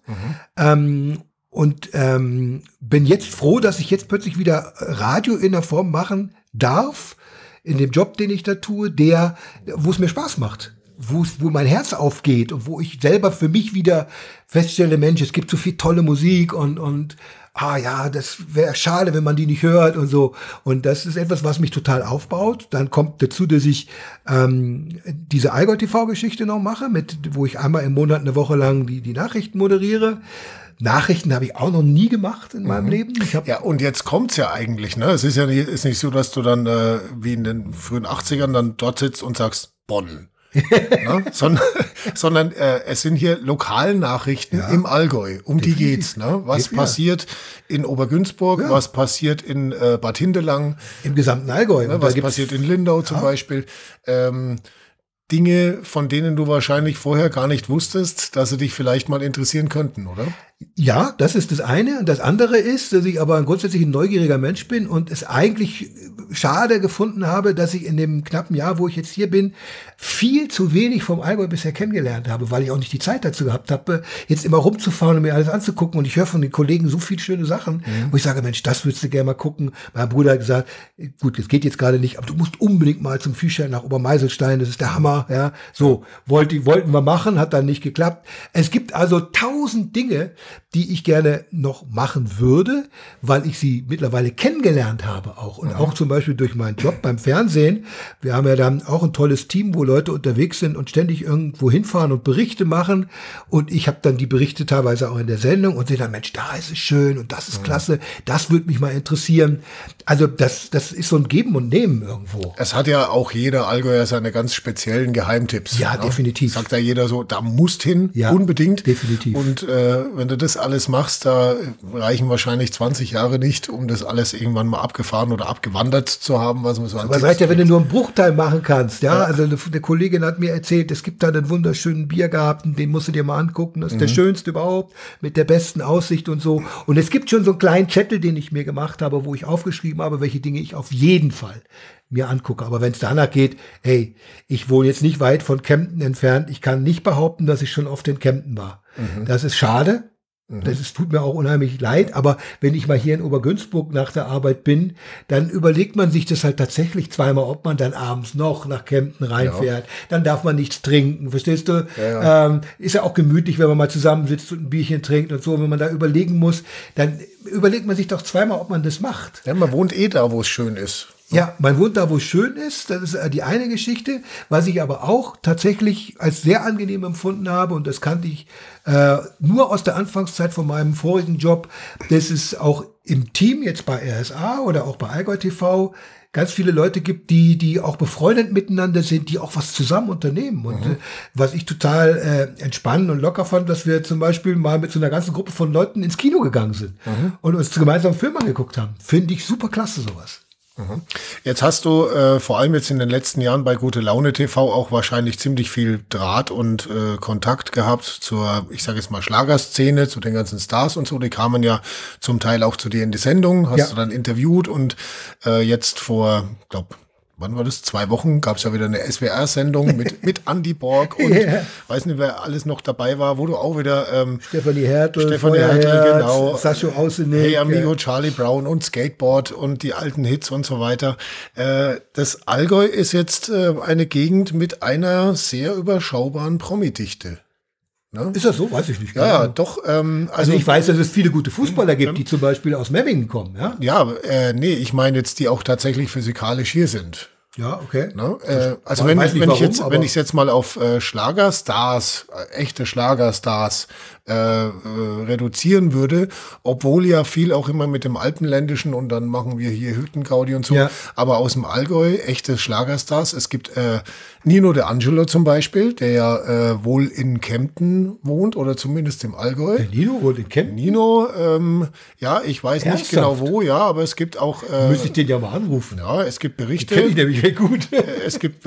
Bin jetzt froh, dass ich jetzt plötzlich wieder Radio in der Form machen darf, in dem Job, den ich da tue, wo es mir Spaß macht. Wo mein Herz aufgeht und wo ich selber für mich wieder feststelle, Mensch, es gibt so viel tolle Musik und das wäre schade, wenn man die nicht hört und so. Und das ist etwas, was mich total aufbaut. Dann kommt dazu, dass ich diese Allgäu-TV-Geschichte noch mache, wo ich einmal im Monat eine Woche lang die Nachrichten moderiere. Nachrichten habe ich auch noch nie gemacht in meinem Leben. Und jetzt kommt's ja eigentlich, ne? Es ist ja nicht so, dass du dann wie in den frühen 80ern dann dort sitzt und sagst, Bonn. Ne? Sondern es sind hier Lokalnachrichten im Allgäu. Die geht's. Ne? Was passiert in Obergünzburg, was passiert in Bad Hindelang. Im gesamten Allgäu. Ne? Was passiert in Lindau zum Beispiel. Dinge, von denen du wahrscheinlich vorher gar nicht wusstest, dass sie dich vielleicht mal interessieren könnten, oder? Ja, das ist das eine. Und das andere ist, dass ich aber grundsätzlich ein neugieriger Mensch bin und es eigentlich schade gefunden habe, dass ich in dem knappen Jahr, wo ich jetzt hier bin, viel zu wenig vom Allgäu bisher kennengelernt habe, weil ich auch nicht die Zeit dazu gehabt habe, jetzt immer rumzufahren und mir alles anzugucken. Und ich höre von den Kollegen so viele schöne Sachen, wo ich sage, Mensch, das würdest du gerne mal gucken. Mein Bruder hat gesagt, gut, das geht jetzt gerade nicht, aber du musst unbedingt mal zum Viehschein nach Obermeiselstein, das ist der Hammer. Ja, so wollten wir machen, hat dann nicht geklappt. Es gibt also 1000 Dinge, die ich gerne noch machen würde, weil ich sie mittlerweile kennengelernt habe auch. Und auch zum Beispiel durch meinen Job beim Fernsehen. Wir haben ja dann auch ein tolles Team, wo Leute unterwegs sind und ständig irgendwo hinfahren und Berichte machen. Und ich habe dann die Berichte teilweise auch in der Sendung und sehe dann, Mensch, da ist es schön und das ist klasse. Das würde mich mal interessieren. Also das ist so ein Geben und Nehmen irgendwo. Es hat ja auch jeder Allgäuer seine ganz speziellen Geheimtipps. Ja, definitiv. Sagt ja jeder so, da musst hin, unbedingt. Definitiv. Und wenn du das alles machst, da reichen wahrscheinlich 20 Jahre nicht, um das alles irgendwann mal abgefahren oder abgewandert zu haben. Was man so aber es reicht ja, wenn du nur einen Bruchteil machen kannst. Ja, also eine Kollegin hat mir erzählt, es gibt da einen wunderschönen Biergarten, den musst du dir mal angucken. Das ist der schönste überhaupt, mit der besten Aussicht und so. Und es gibt schon so einen kleinen Zettel, den ich mir gemacht habe, wo ich aufgeschrieben habe, welche Dinge ich auf jeden Fall mir angucke. Aber wenn es danach geht, hey, ich wohne jetzt nicht weit von Kempten entfernt. Ich kann nicht behaupten, dass ich schon oft in Kempten war. Das ist schade. Tut mir auch unheimlich leid, aber wenn ich mal hier in Obergünzburg nach der Arbeit bin, dann überlegt man sich das halt tatsächlich zweimal, ob man dann abends noch nach Kempten reinfährt. Dann darf man nichts trinken, verstehst du? Ist ja auch gemütlich, wenn man mal zusammensitzt und ein Bierchen trinkt und so. Wenn man da überlegen muss, dann überlegt man sich doch zweimal, ob man das macht. Ja, man wohnt da, wo es schön ist. Ja, man wohnt da, wo es schön ist. Das ist die eine Geschichte. Was ich aber auch tatsächlich als sehr angenehm empfunden habe, und das kannte ich nur aus der Anfangszeit von meinem vorigen Job, dass es auch im Team, jetzt bei RSA oder auch bei Allgäu TV, ganz viele Leute gibt, die auch befreundet miteinander sind, die auch was zusammen unternehmen. Und was ich total entspannend und locker fand, dass wir zum Beispiel mal mit so einer ganzen Gruppe von Leuten ins Kino gegangen sind und uns gemeinsam einen Film angeguckt haben. Finde ich super klasse, sowas. Jetzt hast du vor allem jetzt in den letzten Jahren bei Gute Laune TV auch wahrscheinlich ziemlich viel Draht und Kontakt gehabt zur, ich sage jetzt mal, Schlagerszene, zu den ganzen Stars und so. Die kamen ja zum Teil auch zu dir in die Sendung, hast du dann interviewt und jetzt vor, glaube wann war das? 2 Wochen gab es ja wieder eine SWR-Sendung mit Andy Borg und weiß nicht, wer alles noch dabei war, wo du auch wieder Stefanie Hertel, genau, Sascho Ausenig, Hey Amigo, Charlie Brown und Skateboard und die alten Hits und so weiter. Das Allgäu ist jetzt eine Gegend mit einer sehr überschaubaren Promi-Dichte. Ne? Ist das so? Weiß ich nicht. Ja, doch. Also ich weiß, dass es viele gute Fußballer gibt, die zum Beispiel aus Memmingen kommen. Ja, nee, ich meine jetzt, die auch tatsächlich physikalisch hier sind. Ja, okay. Ne? Also wenn ich es jetzt mal auf Schlagerstars, echte Schlagerstars reduzieren würde, obwohl ja viel auch immer mit dem Alpenländischen und dann machen wir hier Hüttengaudi und so, aber aus dem Allgäu echte Schlagerstars. Es gibt Nino De Angelo zum Beispiel, der ja wohl in Kempten wohnt oder zumindest im Allgäu. Der Nino wohnt in Kempten? Nino, ich weiß nicht genau wo, aber es gibt auch... Müsste ich den ja mal anrufen. Ja, es gibt Berichte. Kenn ich nämlich recht gut. Es gibt...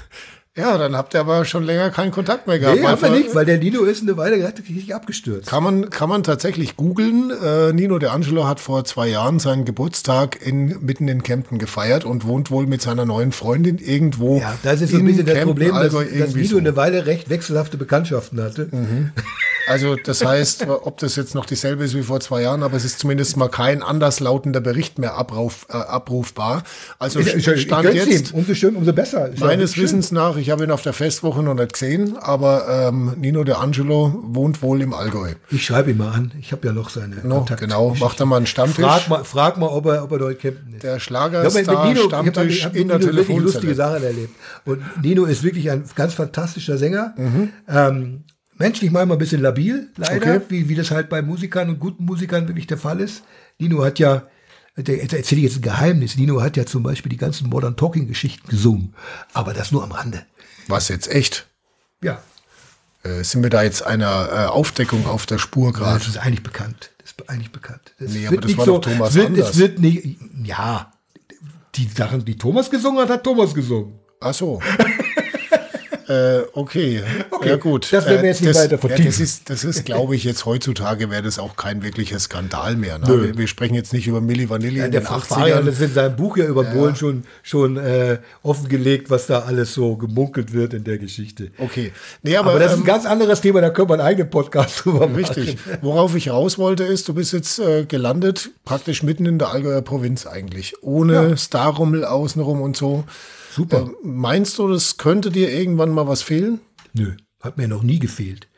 dann habt ihr aber schon länger keinen Kontakt mehr gehabt. Nee, haben wir nicht, weil der Nino ist eine Weile richtig abgestürzt. Kann man tatsächlich googeln. Nino De Angelo hat vor 2 Jahren seinen Geburtstag mitten in Kempten gefeiert und wohnt wohl mit seiner neuen Freundin irgendwo. Ja, das ist so ein bisschen das Problem, dass Nino so eine Weile recht wechselhafte Bekanntschaften hatte. Mhm. Also das heißt, ob das jetzt noch dieselbe ist wie vor 2 Jahren, aber es ist zumindest mal kein anderslautender Bericht mehr abrufbar. Also Stand jetzt, umso schön, umso besser. Meines Wissens nach, ich habe ihn auf der Festwoche noch nicht gesehen, aber Nino De Angelo wohnt wohl im Allgäu. Ich schreibe ihn mal an. Ich habe ja noch seine Kontakte. Genau, macht er mal einen Stammtisch. Frag mal, ob er dort Kempten ist. Der Schlagerstar Stammtisch in der Telefon. Wirklich lustige Telefonzelle. Sachen erlebt. Und Nino ist wirklich ein ganz fantastischer Sänger. Menschlich manchmal ein bisschen labil, leider, wie das halt bei Musikern und guten Musikern wirklich der Fall ist. Nino hat ja, da erzähle ich jetzt ein Geheimnis, Nino hat ja zum Beispiel die ganzen Modern Talking Geschichten gesungen, aber das nur am Rande. Was jetzt echt? Ja. Sind wir da jetzt einer Aufdeckung auf der Spur gerade? Das ist eigentlich bekannt. Nee, aber das war doch Thomas anders. Es wird nicht, ja, die Sachen, die Thomas gesungen hat Thomas gesungen. Ach so. Okay, ja gut. Das werden wir jetzt nicht weiter vertiefen. Das ist, glaube ich, jetzt heutzutage wäre das auch kein wirklicher Skandal mehr. Ne? Wir sprechen jetzt nicht über Milli Vanilli in den 80ern. Das ist in seinem Buch ja über Bohlen schon offengelegt, was da alles so gemunkelt wird in der Geschichte. Okay. Nee, aber das ist ein ganz anderes Thema, da können wir einen eigenen Podcast drüber machen. Richtig. Worauf ich raus wollte ist, du bist jetzt gelandet, praktisch mitten in der Allgäuer Provinz eigentlich. Ohne Starrummel außenrum und so. Super. Meinst du, das könnte dir irgendwann mal was fehlen? Nö, hat mir noch nie gefehlt.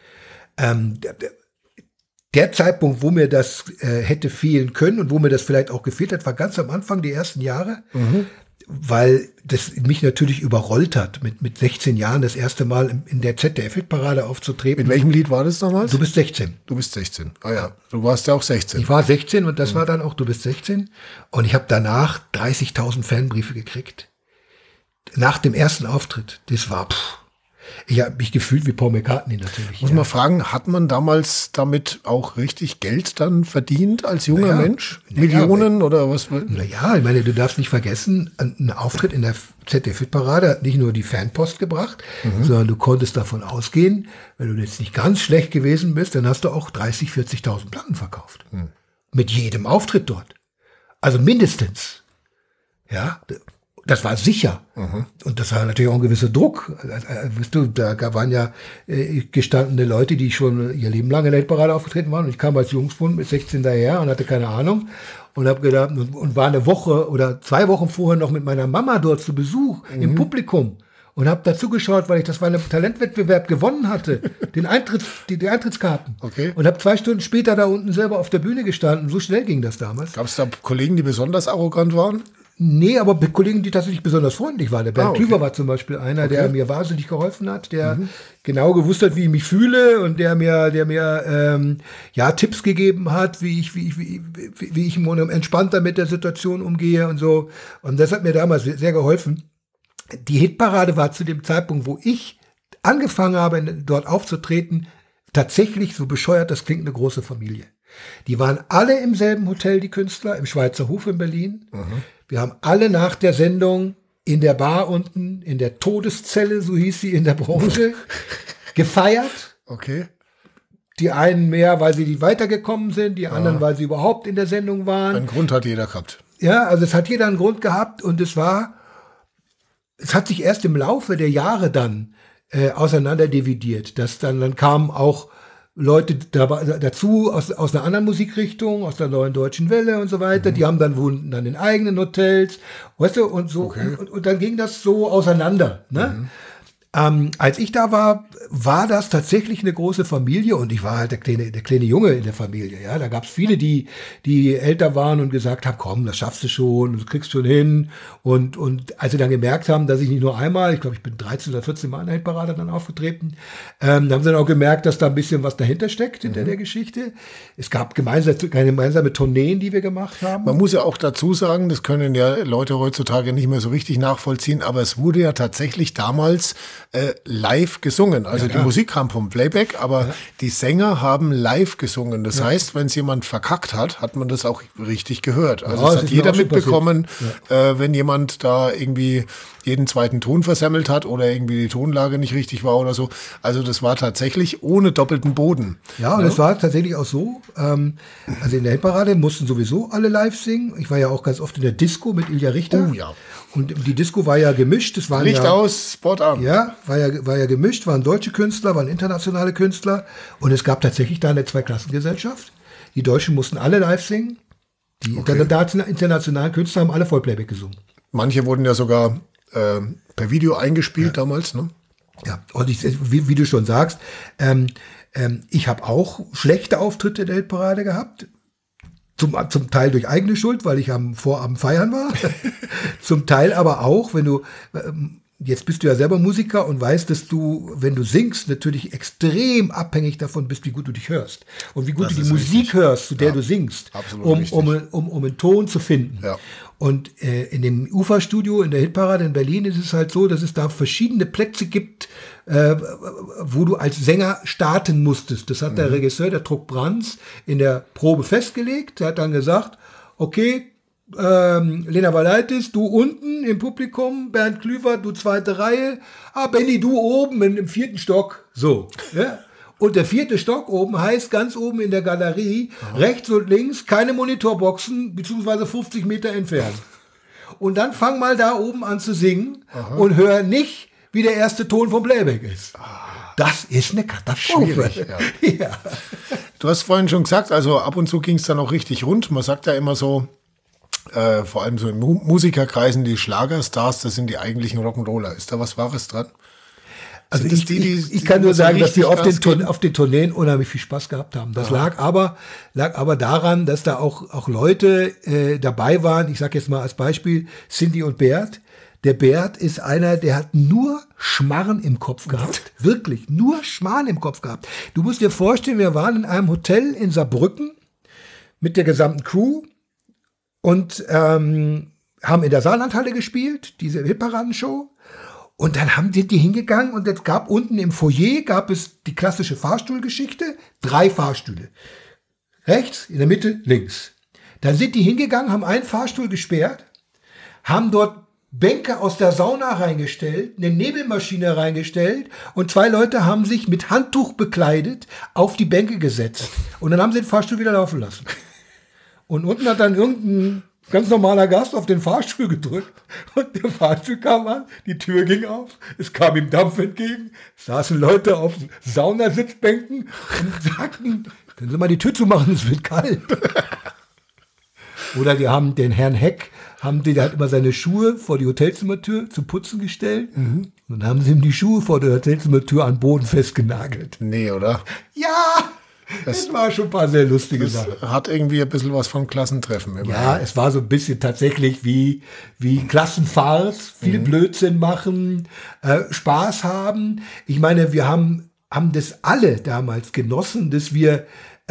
Der Zeitpunkt, wo mir das hätte fehlen können und wo mir das vielleicht auch gefehlt hat, war ganz am Anfang, die ersten Jahre, weil das mich natürlich überrollt hat, mit 16 Jahren das erste Mal in der ZDF-Hitparade aufzutreten. Mit welchem Lied war das damals? Du bist 16. Du bist 16. Ah ja, du warst ja auch 16. Ich war 16 und das war dann auch, du bist 16. Und ich habe danach 30.000 Fanbriefe gekriegt. Nach dem ersten Auftritt, das war, ich habe mich gefühlt wie Paul McCartney natürlich. Muss man fragen, hat man damals damit auch richtig Geld dann verdient als junger Mensch? Millionen oder was? Naja, ich meine, du darfst nicht vergessen, ein Auftritt in der ZDF-Hitparade hat nicht nur die Fanpost gebracht, sondern du konntest davon ausgehen, wenn du jetzt nicht ganz schlecht gewesen bist, dann hast du auch 30.000, 40.000 Platten verkauft. Mit jedem Auftritt dort. Also mindestens. Ja, das war sicher. Und das war natürlich auch ein gewisser Druck. Weißt du, da waren ja gestandene Leute, die schon ihr Leben lang in der Hitparade aufgetreten waren. Und ich kam als Jungspund mit 16 daher und hatte keine Ahnung. Und habe gedacht, und war eine Woche oder 2 Wochen vorher noch mit meiner Mama dort zu Besuch im Publikum. Und habe dazu geschaut, weil ich das bei einem Talentwettbewerb gewonnen hatte, die Eintrittskarten. Okay. Und habe 2 Stunden später da unten selber auf der Bühne gestanden. So schnell ging das damals. Gab es da Kollegen, die besonders arrogant waren? Nee, aber Kollegen, die tatsächlich besonders freundlich waren. Der Bernd Klüver war zum Beispiel einer, der mir wahnsinnig geholfen hat, der genau gewusst hat, wie ich mich fühle und der mir Tipps gegeben hat, wie ich entspannter mit der Situation umgehe und so. Und das hat mir damals sehr geholfen. Die Hitparade war zu dem Zeitpunkt, wo ich angefangen habe, dort aufzutreten, tatsächlich, so bescheuert das klingt, eine große Familie. Die waren alle im selben Hotel, die Künstler, im Schweizer Hof in Berlin. Wir haben alle nach der Sendung in der Bar unten, in der Todeszelle, so hieß sie in der Branche, gefeiert. Okay. Die einen mehr, weil sie weitergekommen sind, die anderen, weil sie überhaupt in der Sendung waren. Einen Grund hat jeder gehabt. Ja, also es hat jeder einen Grund gehabt und es hat sich erst im Laufe der Jahre dann auseinander dividiert. Dann kamen auch Leute dazu aus einer anderen Musikrichtung, aus der Neuen Deutschen Welle und so weiter. Die haben wohnten dann in eigenen Hotels, weißt du, und so. Okay. Und dann ging das so auseinander, ne? Als ich da war das tatsächlich eine große Familie und ich war halt der kleine Junge in der Familie. Ja, da gab es viele, die älter waren und gesagt haben, komm, das schaffst du schon, das kriegst du schon hin. Und als sie dann gemerkt haben, dass ich nicht nur einmal, ich glaube, ich bin 13 oder 14 Mal in der Hitparade dann aufgetreten, haben sie dann auch gemerkt, dass da ein bisschen was dahinter steckt, hinter der Geschichte. Es gab gemeinsame Tourneen, die wir gemacht haben. Man muss ja auch dazu sagen, das können ja Leute heutzutage nicht mehr so richtig nachvollziehen, aber es wurde ja tatsächlich damals live gesungen. Also die Musik kam vom Playback, aber die Sänger haben live gesungen. Das heißt, wenn es jemand verkackt hat man das auch richtig gehört. Also das hat jeder mitbekommen, wenn jemand da irgendwie jeden zweiten Ton versemmelt hat oder irgendwie die Tonlage nicht richtig war oder so. Also das war tatsächlich ohne doppelten Boden. Ja, und es war tatsächlich auch so. Also in der Hitparade mussten sowieso alle live singen. Ich war ja auch ganz oft in der Disco mit Ilja Richter. Oh ja. Und die Disco war ja gemischt. Es waren Licht aus, Spot an. Ja, war ja gemischt. Waren deutsche Künstler, waren internationale Künstler. Und es gab tatsächlich da eine Zweiklassengesellschaft. Die Deutschen mussten alle live singen. Die internationalen Künstler haben alle Vollplayback gesungen. Manche wurden ja sogar per Video eingespielt damals, ne? Ja, und wie du schon sagst, ich habe auch schlechte Auftritte in der Hitparade gehabt. Zum Teil durch eigene Schuld, weil ich am Vorabend feiern war. Zum Teil aber auch, wenn du, jetzt bist du ja selber Musiker und weißt, dass du, wenn du singst, natürlich extrem abhängig davon bist, wie gut du dich hörst. Und wie gut du die Musik hörst, zu der du singst, um einen Ton zu finden. Ja. Und in dem UFA-Studio in der Hitparade in Berlin ist es halt so, dass es da verschiedene Plätze gibt, wo du als Sänger starten musstest. Das hat der Regisseur, der Truck Brands, in der Probe festgelegt. Der hat dann gesagt, okay, Lena Valaitis, du unten im Publikum, Bernd Klüver, du zweite Reihe, Benni, du oben im 4. Stock. So, ja. Und der 4. Stock oben heißt ganz oben in der Galerie, rechts und links, keine Monitorboxen, beziehungsweise 50 Meter entfernt. Und dann fang mal da oben an zu singen und hör nicht, wie der erste Ton vom Playback ist. Das ist eine Katastrophe. Ja. Du hast vorhin schon gesagt, also ab und zu ging es dann auch richtig rund. Man sagt ja immer so, vor allem so in Musikerkreisen, die Schlagerstars, das sind die eigentlichen Rock'n'Roller. Ist da was Wahres dran? Also ich kann nur sagen, dass wir auf den Tourneen unheimlich viel Spaß gehabt haben. Das lag aber daran, dass da auch Leute dabei waren. Ich sage jetzt mal als Beispiel Cindy und Bert. Der Bert ist einer, der hat nur Schmarren im Kopf gehabt. Wirklich, nur Schmarren im Kopf gehabt. Du musst dir vorstellen, wir waren in einem Hotel in Saarbrücken mit der gesamten Crew und haben in der Saarlandhalle gespielt, diese Hitparadenshow. Und dann sind die hingegangen und es gab unten im Foyer die klassische Fahrstuhlgeschichte, 3 Fahrstühle. Rechts, in der Mitte, links. Dann sind die hingegangen, haben einen Fahrstuhl gesperrt, haben dort Bänke aus der Sauna reingestellt, eine Nebelmaschine reingestellt und 2 Leute haben sich mit Handtuch bekleidet auf die Bänke gesetzt. Und dann haben sie den Fahrstuhl wieder laufen lassen. Und unten hat dann irgendein ganz normaler Gast auf den Fahrstuhl gedrückt und der Fahrstuhl kam an, die Tür ging auf, es kam ihm Dampf entgegen, saßen Leute auf Saunasitzbänken und sagten, können Sie mal die Tür zumachen, es wird kalt. Oder die haben den Herrn Heck, der hat immer seine Schuhe vor die Hotelzimmertür zum Putzen gestellt und dann haben sie ihm die Schuhe vor der Hotelzimmertür an den Boden festgenagelt. Nee, oder? Ja! Das war schon ein paar sehr lustige Sachen. Hat irgendwie ein bisschen was von Klassentreffen. Immer. Ja, es war so ein bisschen tatsächlich wie Klassenfahrt, viel Blödsinn machen, Spaß haben. Ich meine, wir haben das alle damals genossen, dass wir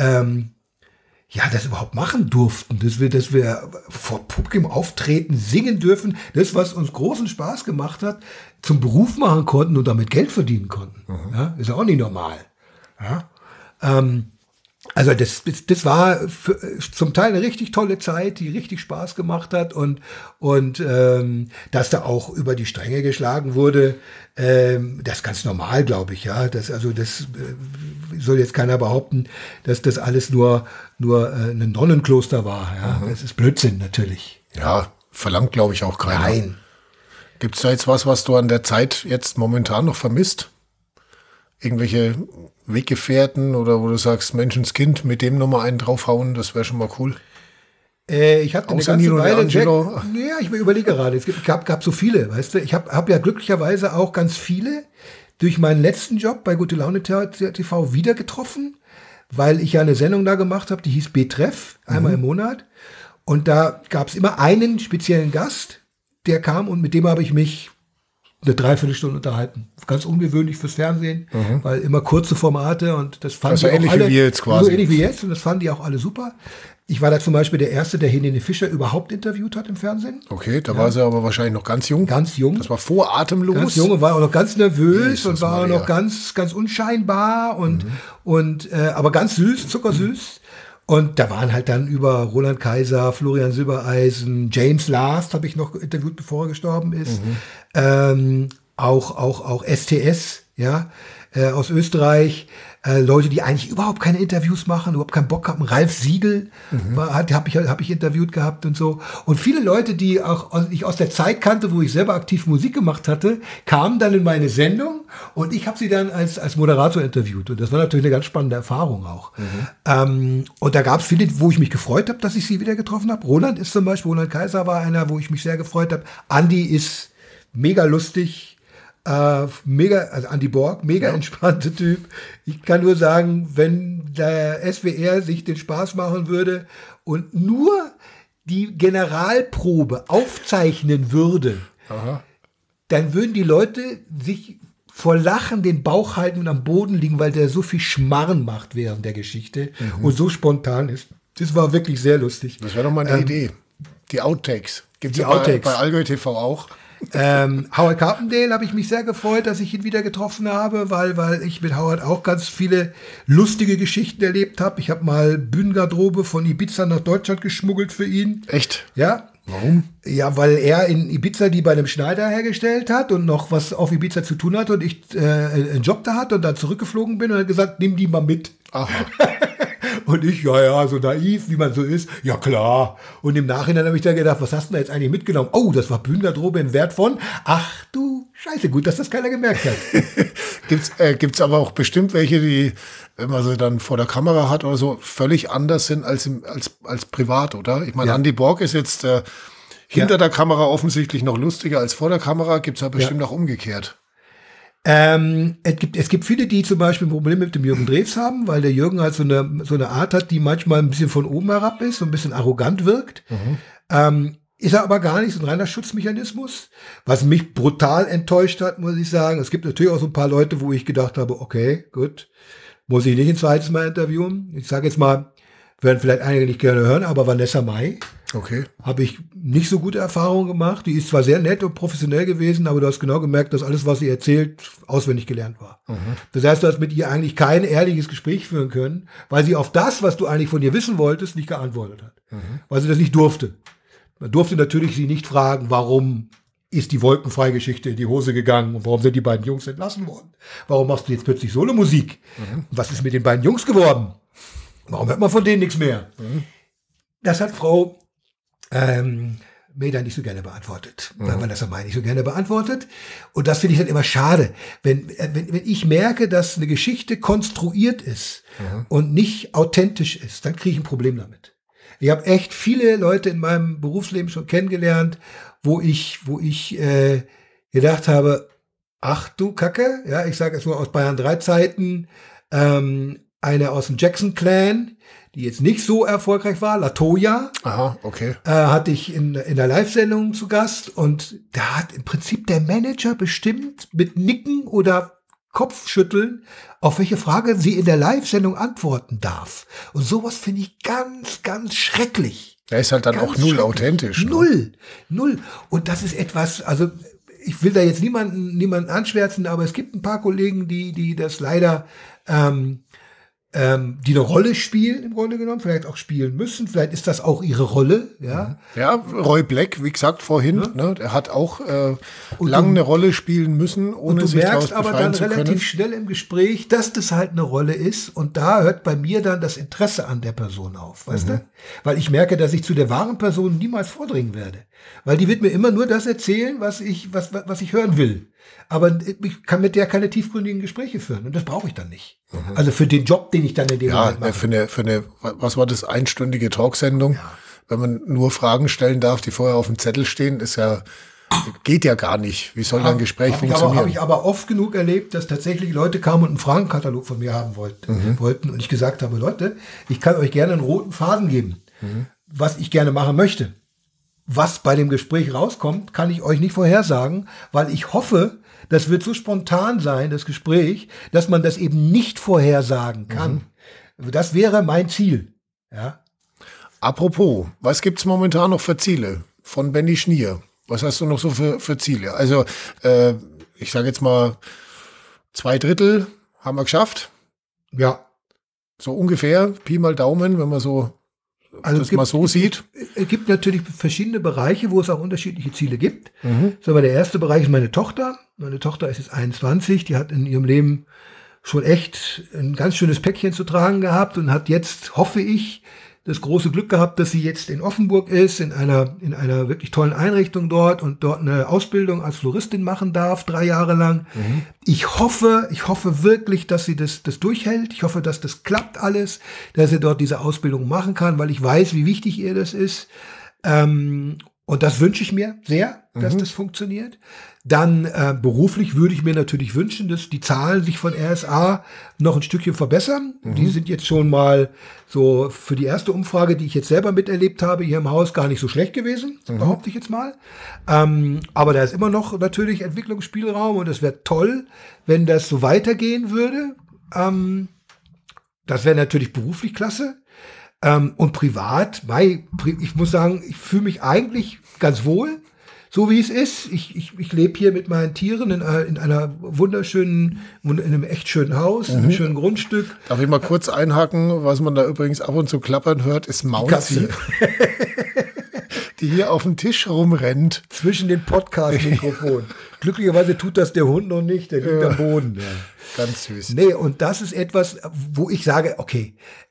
das überhaupt machen durften, dass wir vor Publikum auftreten, singen dürfen. Das, was uns großen Spaß gemacht hat, zum Beruf machen konnten und damit Geld verdienen konnten. Ja, ist ja auch nicht normal. Ja. Also das war zum Teil eine richtig tolle Zeit, die richtig Spaß gemacht hat und dass da auch über die Stränge geschlagen wurde, das ist ganz normal, glaube ich, ja. Das soll jetzt keiner behaupten, dass das alles nur ein Nonnenkloster war. Ja, das ist Blödsinn natürlich. Ja, verlangt, glaube ich, auch keiner. Nein. Gibt's da jetzt was du an der Zeit jetzt momentan noch vermisst? Irgendwelche Weggefährten oder wo du sagst, Menschenskind, mit dem nochmal einen draufhauen, das wäre schon mal cool. Ich hatte eine Außer ganze Nino Weile D'Angelo. Ja, ich überlege gerade. Es gab so viele, weißt du. Ich hab ja glücklicherweise auch ganz viele durch meinen letzten Job bei Gute Laune TV wieder getroffen, weil ich ja eine Sendung da gemacht habe, die hieß Betreff, einmal im Monat. Und da gab es immer einen speziellen Gast, der kam und mit dem habe ich mich eine Dreiviertelstunde unterhalten. Ganz ungewöhnlich fürs Fernsehen, weil immer kurze Formate und das fanden Also die auch ähnlich alle, wie wir jetzt quasi. so ähnlich wie jetzt und das fanden die auch alle super. Ich war da zum Beispiel der Erste, der Helene Fischer überhaupt interviewt hat im Fernsehen. Okay, da war sie aber wahrscheinlich noch ganz jung. Ganz jung. Das war vor Atemlos. Ganz jung und war auch noch ganz nervös Jesus und war auch Maria. noch ganz unscheinbar und aber ganz süß, zuckersüß. Und da waren halt dann über Roland Kaiser, Florian Silbereisen, James Last habe ich noch interviewt, bevor er gestorben ist. Auch STS, ja, aus Österreich. Leute, die eigentlich überhaupt keine Interviews machen, überhaupt keinen Bock haben. Ralf Siegel hab ich interviewt gehabt und so. Und viele Leute, die ich aus der Zeit kannte, wo ich selber aktiv Musik gemacht hatte, kamen dann in meine Sendung und ich habe sie dann als Moderator interviewt. Und das war natürlich eine ganz spannende Erfahrung auch. Und da gab es viele, wo ich mich gefreut habe, dass ich sie wieder getroffen habe. Roland Kaiser war einer, wo ich mich sehr gefreut habe. Andi ist mega lustig. Also Andy Borg, mega entspannter Typ. Ich kann nur sagen, wenn der SWR sich den Spaß machen würde und nur die Generalprobe aufzeichnen würde, dann würden die Leute sich vor Lachen den Bauch halten und am Boden liegen, weil der so viel Schmarren macht während der Geschichte und so spontan ist. Das war wirklich sehr lustig. Das wäre doch mal eine Idee. Die Outtakes. Gibt's Die ja Outtakes. bei Allgäu TV auch. Howard Carpendale habe ich mich sehr gefreut, dass ich ihn wieder getroffen habe, weil ich mit Howard auch ganz viele lustige Geschichten erlebt habe. Ich habe mal Bühnengarderobe von Ibiza nach Deutschland geschmuggelt für ihn. Echt? Ja. Warum? Ja, weil er in Ibiza die bei einem Schneider hergestellt hat und noch was auf Ibiza zu tun hatte und ich einen Job da hatte und dann zurückgeflogen bin und hat gesagt, nimm die mal mit. Aha. Und ich, ja, so naiv, wie man so ist. Ja, klar. Und im Nachhinein habe ich dann gedacht, was hast du da jetzt eigentlich mitgenommen? Oh, das war Bühnengarderobe im Wert von, ach du Scheiße, gut, dass das keiner gemerkt hat. Gibt's aber auch bestimmt welche, die, wenn man sie dann vor der Kamera hat oder so, völlig anders sind als privat, oder? Ich meine, Ja. Andy Borg ist jetzt hinter der Kamera offensichtlich noch lustiger als vor der Kamera. Gibt's ja bestimmt auch umgekehrt. Es gibt viele, die zum Beispiel ein Problem mit dem Jürgen Drews haben, weil der Jürgen halt so eine Art hat, die manchmal ein bisschen von oben herab ist, so ein bisschen arrogant wirkt. Ist er aber gar nicht, so ein reiner Schutzmechanismus. Was mich brutal enttäuscht hat, muss ich sagen. Es gibt natürlich auch so ein paar Leute, wo ich gedacht habe, okay, gut, muss ich nicht ein zweites Mal interviewen. Ich sage jetzt mal, werden vielleicht einige nicht gerne hören, aber Vanessa Mai. Okay. Habe ich nicht so gute Erfahrungen gemacht. Die ist zwar sehr nett und professionell gewesen, aber du hast genau gemerkt, dass alles, was sie erzählt, auswendig gelernt war. Das heißt, du hast mit ihr eigentlich kein ehrliches Gespräch führen können, weil sie auf das, was du eigentlich von ihr wissen wolltest, nicht geantwortet hat. Weil sie das nicht durfte. Man durfte natürlich sie nicht fragen, warum ist die Wolkenfrei-Geschichte in die Hose gegangen und warum sind die beiden Jungs entlassen worden? Warum machst du jetzt plötzlich Solomusik? Was ist mit den beiden Jungs geworden? Warum hört man von denen nichts mehr? Das hat Frau Meda nicht so gerne beantwortet. Weil man das am nicht so gerne beantwortet. Und das finde ich dann immer schade. Wenn ich merke, dass eine Geschichte konstruiert ist und nicht authentisch ist, dann kriege ich ein Problem damit. Ich habe echt viele Leute in meinem Berufsleben schon kennengelernt, wo ich gedacht habe, ach du Kacke, ja, ich sage es nur aus Bayern 3 Zeiten, eine aus dem Jackson Clan, die jetzt nicht so erfolgreich war, Latoya. Aha, okay. Hatte ich in der Live-Sendung zu Gast und da hat im Prinzip der Manager bestimmt mit Nicken oder Kopfschütteln, auf welche Frage sie in der Live-Sendung antworten darf. Und sowas finde ich ganz, ganz schrecklich. Der ist halt dann Ganz auch null schrecklich. authentisch. Ne? Null. Und das ist etwas, also ich will da jetzt niemanden anschwärzen, aber es gibt ein paar Kollegen, die das leider die eine Rolle spielen im Grunde genommen, vielleicht auch spielen müssen, vielleicht ist das auch ihre Rolle, ja. Ja, Roy Black, wie gesagt vorhin, ne, der hat auch lange eine Rolle spielen müssen, ohne sich daraus befreien zu können. Du merkst aber dann relativ schnell im Gespräch, dass das halt eine Rolle ist und da hört bei mir dann das Interesse an der Person auf, weißt du? Weil ich merke, dass ich zu der wahren Person niemals vordringen werde, weil die wird mir immer nur das erzählen, was ich hören will. Aber ich kann mit der keine tiefgründigen Gespräche führen und das brauche ich dann nicht. Also für den Job, den ich dann in dem Moment mache. Für eine, was war das, einstündige Talksendung? Ja. Wenn man nur Fragen stellen darf, die vorher auf dem Zettel stehen, geht ja gar nicht. Wie soll da ein Gespräch funktionieren? Habe ich aber oft genug erlebt, dass tatsächlich Leute kamen und einen Fragenkatalog von mir haben wollten und ich gesagt habe, Leute, ich kann euch gerne einen roten Faden geben, was ich gerne machen möchte. Was bei dem Gespräch rauskommt, kann ich euch nicht vorhersagen, weil ich hoffe, das wird so spontan sein, das Gespräch, dass man das eben nicht vorhersagen kann. Das wäre mein Ziel. Ja. Apropos, was gibt's momentan noch für Ziele von Benny Schnier? Was hast du noch so für Ziele? Also, ich sage jetzt mal, 2/3 haben wir geschafft. Ja. So ungefähr, Pi mal Daumen, wenn man so das mal so sieht. Es gibt natürlich verschiedene Bereiche, wo es auch unterschiedliche Ziele gibt. So, aber der erste Bereich ist meine Tochter. Meine Tochter ist jetzt 21, die hat in ihrem Leben schon echt ein ganz schönes Päckchen zu tragen gehabt und hat jetzt, hoffe ich, das große Glück gehabt, dass sie jetzt in Offenburg ist, in einer wirklich tollen Einrichtung dort und dort eine Ausbildung als Floristin machen darf, 3 Jahre lang. Ich hoffe wirklich, dass sie das durchhält. Ich hoffe, dass das klappt alles, dass sie dort diese Ausbildung machen kann, weil ich weiß, wie wichtig ihr das ist. Und das wünsche ich mir sehr, dass das funktioniert. Dann beruflich würde ich mir natürlich wünschen, dass die Zahlen sich von RSA noch ein Stückchen verbessern. Die sind jetzt schon mal so für die erste Umfrage, die ich jetzt selber miterlebt habe, hier im Haus gar nicht so schlecht gewesen, behaupte ich jetzt mal. Aber da ist immer noch natürlich Entwicklungsspielraum und es wäre toll, wenn das so weitergehen würde. Das wäre natürlich beruflich klasse. Und privat, ich muss sagen, ich fühle mich eigentlich ganz wohl, so wie es ist. Ich lebe hier mit meinen Tieren in einer wunderschönen, in einem echt schönen Haus, einem schönen Grundstück. Darf ich mal kurz einhaken, was man da übrigens ab und zu klappern hört, ist Mauzi, die hier auf dem Tisch rumrennt. Zwischen den Podcast-Mikrofonen. Glücklicherweise tut das der Hund noch nicht, der liegt am Boden. Ja. Ganz süß. Nee, und das ist etwas, wo ich sage, okay,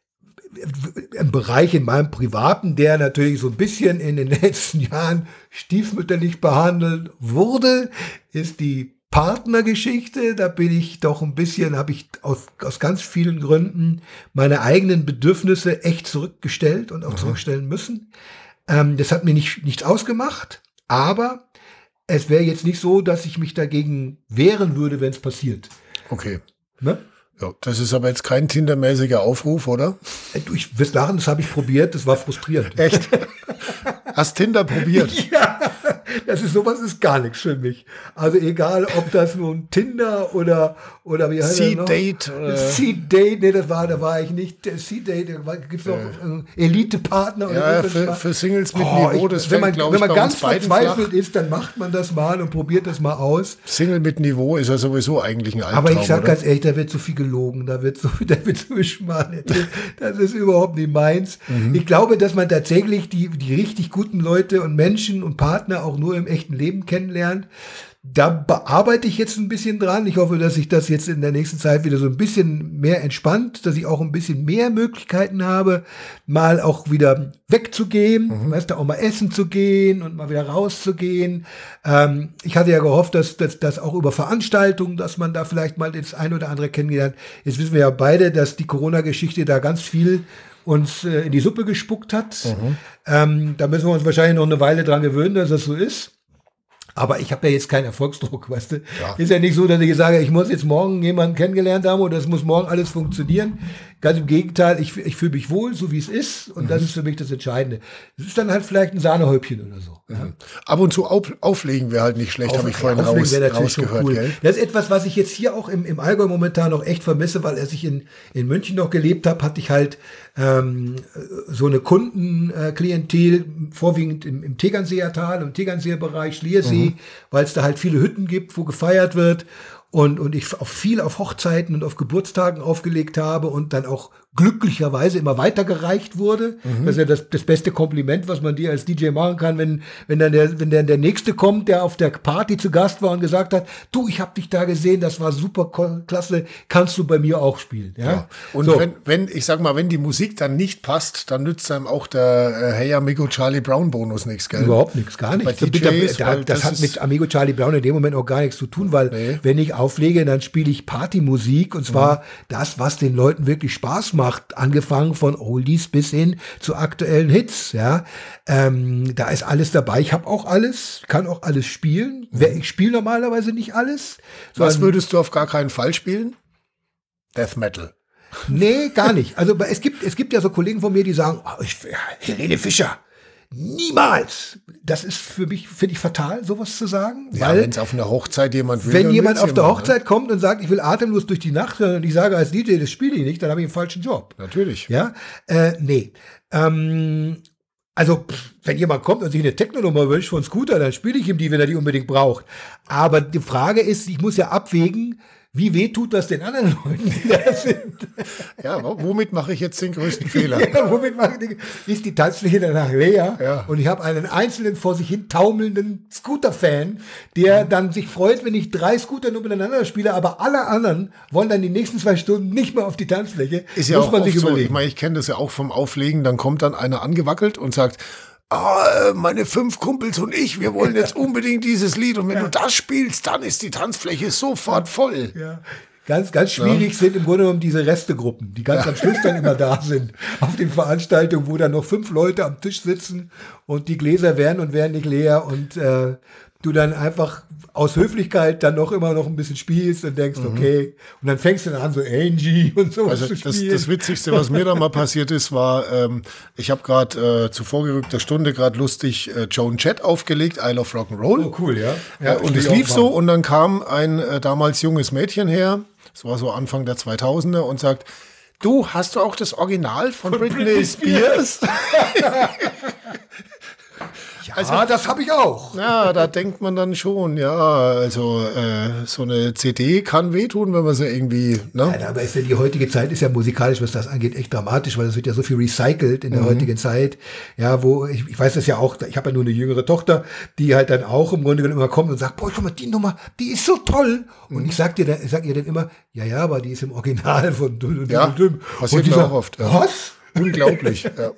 ein Bereich in meinem Privaten, der natürlich so ein bisschen in den letzten Jahren stiefmütterlich behandelt wurde, ist die Partnergeschichte. Da bin ich doch ein bisschen, habe ich aus ganz vielen Gründen meine eigenen Bedürfnisse echt zurückgestellt und auch zurückstellen müssen. Das hat mir nichts ausgemacht, aber es wäre jetzt nicht so, dass ich mich dagegen wehren würde, wenn es passiert. Okay. Ne? Ja, das ist aber jetzt kein Tinder-mäßiger Aufruf, oder? Du, ich wirst lachen, das habe ich probiert, das war frustrierend. Echt? Hast Tinder probiert? Ja, sowas ist gar nichts für mich. Also egal, ob das nun Tinder oder wie heißt das noch? C-Date. C-Date, nee, da war ich nicht. C-Date, da gibt's noch Elite-Partner. Ja, für Singles mit Niveau, das wenn man, glaube ich, wenn man bei ganz uns beiden verzweifelt flach. ist, dann macht man das mal und probiert das mal aus. Single mit Niveau ist ja sowieso eigentlich ein Albtraum, aber ich sag oder? ganz ehrlich, da wird so viel gelogen, da wird so geschmarrt. Das ist überhaupt nicht meins. Ich glaube, dass man tatsächlich die richtig guten Leute und Menschen und Partner auch nur im echten Leben kennenlernt. Da bearbeite ich jetzt ein bisschen dran. Ich hoffe, dass sich das jetzt in der nächsten Zeit wieder so ein bisschen mehr entspannt, dass ich auch ein bisschen mehr Möglichkeiten habe, mal auch wieder wegzugehen, weißt du, auch mal essen zu gehen und mal wieder rauszugehen. Ich hatte ja gehofft, dass auch über Veranstaltungen, dass man da vielleicht mal das ein oder andere kennengelernt. Jetzt wissen wir ja beide, dass die Corona-Geschichte da ganz viel uns in die Suppe gespuckt hat. Da müssen wir uns wahrscheinlich noch eine Weile dran gewöhnen, dass das so ist. Aber ich habe ja jetzt keinen Erfolgsdruck, weißt du. Ja. Ist ja nicht so, dass ich sage, ich muss jetzt morgen jemanden kennengelernt haben oder es muss morgen alles funktionieren. Ganz im Gegenteil, ich fühle mich wohl, so wie es ist. Und das ist für mich das Entscheidende. Es ist dann halt vielleicht ein Sahnehäubchen oder so. Ja. Ab und zu auflegen wäre halt nicht schlecht, habe ich vorhin rausgehört. Cool. Gell? Das ist etwas, was ich jetzt hier auch im Allgäu momentan noch echt vermisse, weil als ich in München noch gelebt habe, hatte ich halt so eine Kundenklientel, vorwiegend im Tegernseer Tal, im Tegernseer Bereich, Schliersee, weil es da halt viele Hütten gibt, wo gefeiert wird. und ich viel auf Hochzeiten und auf Geburtstagen aufgelegt habe und dann auch glücklicherweise immer weitergereicht wurde. Das ist ja das beste Kompliment, was man dir als DJ machen kann, wenn dann der Nächste kommt, der auf der Party zu Gast war und gesagt hat, du, ich habe dich da gesehen, das war super klasse, kannst du bei mir auch spielen. Ja? Und so. wenn ich sag mal, wenn die Musik dann nicht passt, dann nützt einem auch der Hey Amigo Charlie Brown Bonus nichts, gell? Überhaupt nichts, gar nichts. Bei DJs, das hat mit Amigo Charlie Brown in dem Moment auch gar nichts zu tun, weil wenn ich auflege, dann spiele ich Partymusik und zwar das, was den Leuten wirklich Spaß macht, angefangen von Oldies bis hin zu aktuellen Hits. Ja, da ist alles dabei. Ich habe auch alles, kann auch alles spielen. Ich spiele normalerweise nicht alles. Was würdest du auf gar keinen Fall spielen? Death Metal. Nee, gar nicht. Also es gibt ja so Kollegen von mir, die sagen, Helene Fischer. Niemals. Das ist für mich, finde ich, fatal, sowas zu sagen. Ja, wenn es auf einer Hochzeit jemand will. Wenn jemand auf der Hochzeit kommt und sagt, ich will atemlos durch die Nacht hören und ich sage als DJ, das spiele ich nicht, dann habe ich einen falschen Job. Natürlich. Ja, nee. Also, wenn jemand kommt und sich eine Techno-Nummer wünscht von Scooter, dann spiele ich ihm die, wenn er die unbedingt braucht. Aber die Frage ist, ich muss ja abwägen, wie weh tut das den anderen Leuten, die da sind? Ja, womit mache ich jetzt den größten Fehler? Ja, womit mache ich ist die Tanzfläche danach leer Ja. und ich habe einen einzelnen vor sich hin taumelnden Scooter-Fan, der dann sich freut, wenn ich 3 Scooter nur miteinander spiele, aber alle anderen wollen dann die nächsten 2 Stunden nicht mehr auf die Tanzfläche. Ist ja auch oft so. Ich meine, ich kenne das ja auch vom Auflegen, dann kommt dann einer angewackelt und sagt, meine 5 Kumpels und ich, wir wollen jetzt unbedingt dieses Lied. Und wenn du das spielst, dann ist die Tanzfläche sofort voll. Ja. Ganz schwierig sind im Grunde genommen diese Restegruppen, die ganz am Schluss dann immer da sind. Auf den Veranstaltungen, wo dann noch 5 Leute am Tisch sitzen und die Gläser werden nicht leer und du dann einfach aus Höflichkeit dann immer noch ein bisschen spielst und denkst, okay, und dann fängst du dann an, so Angie und sowas zu spielen. Das Witzigste, was mir da mal passiert ist, war, ich habe gerade zu vorgerückter Stunde gerade lustig Joan Jett aufgelegt, I Love Rock'n'Roll. Oh, cool, ja. Und es lief so und dann kam ein damals junges Mädchen her, das war so Anfang der 2000er und sagt, du, hast du auch das Original von Britney Spears? Ja, also, das habe ich auch. Ja, da denkt man dann schon, ja, also so eine CD kann wehtun, wenn man sie irgendwie, ne? Ja, aber die heutige Zeit ist ja musikalisch, was das angeht, echt dramatisch, weil es wird ja so viel recycelt in der heutigen Zeit. Ja, wo, ich weiß das ja auch, ich habe ja nur eine jüngere Tochter, die halt dann auch im Grunde genommen immer kommt und sagt, boah, guck mal, die Nummer, die ist so toll. Und ich sag ihr dann immer, ja, aber die ist im Original von ja, passiert mir auch oft. Ja. Was? Unglaublich, ja.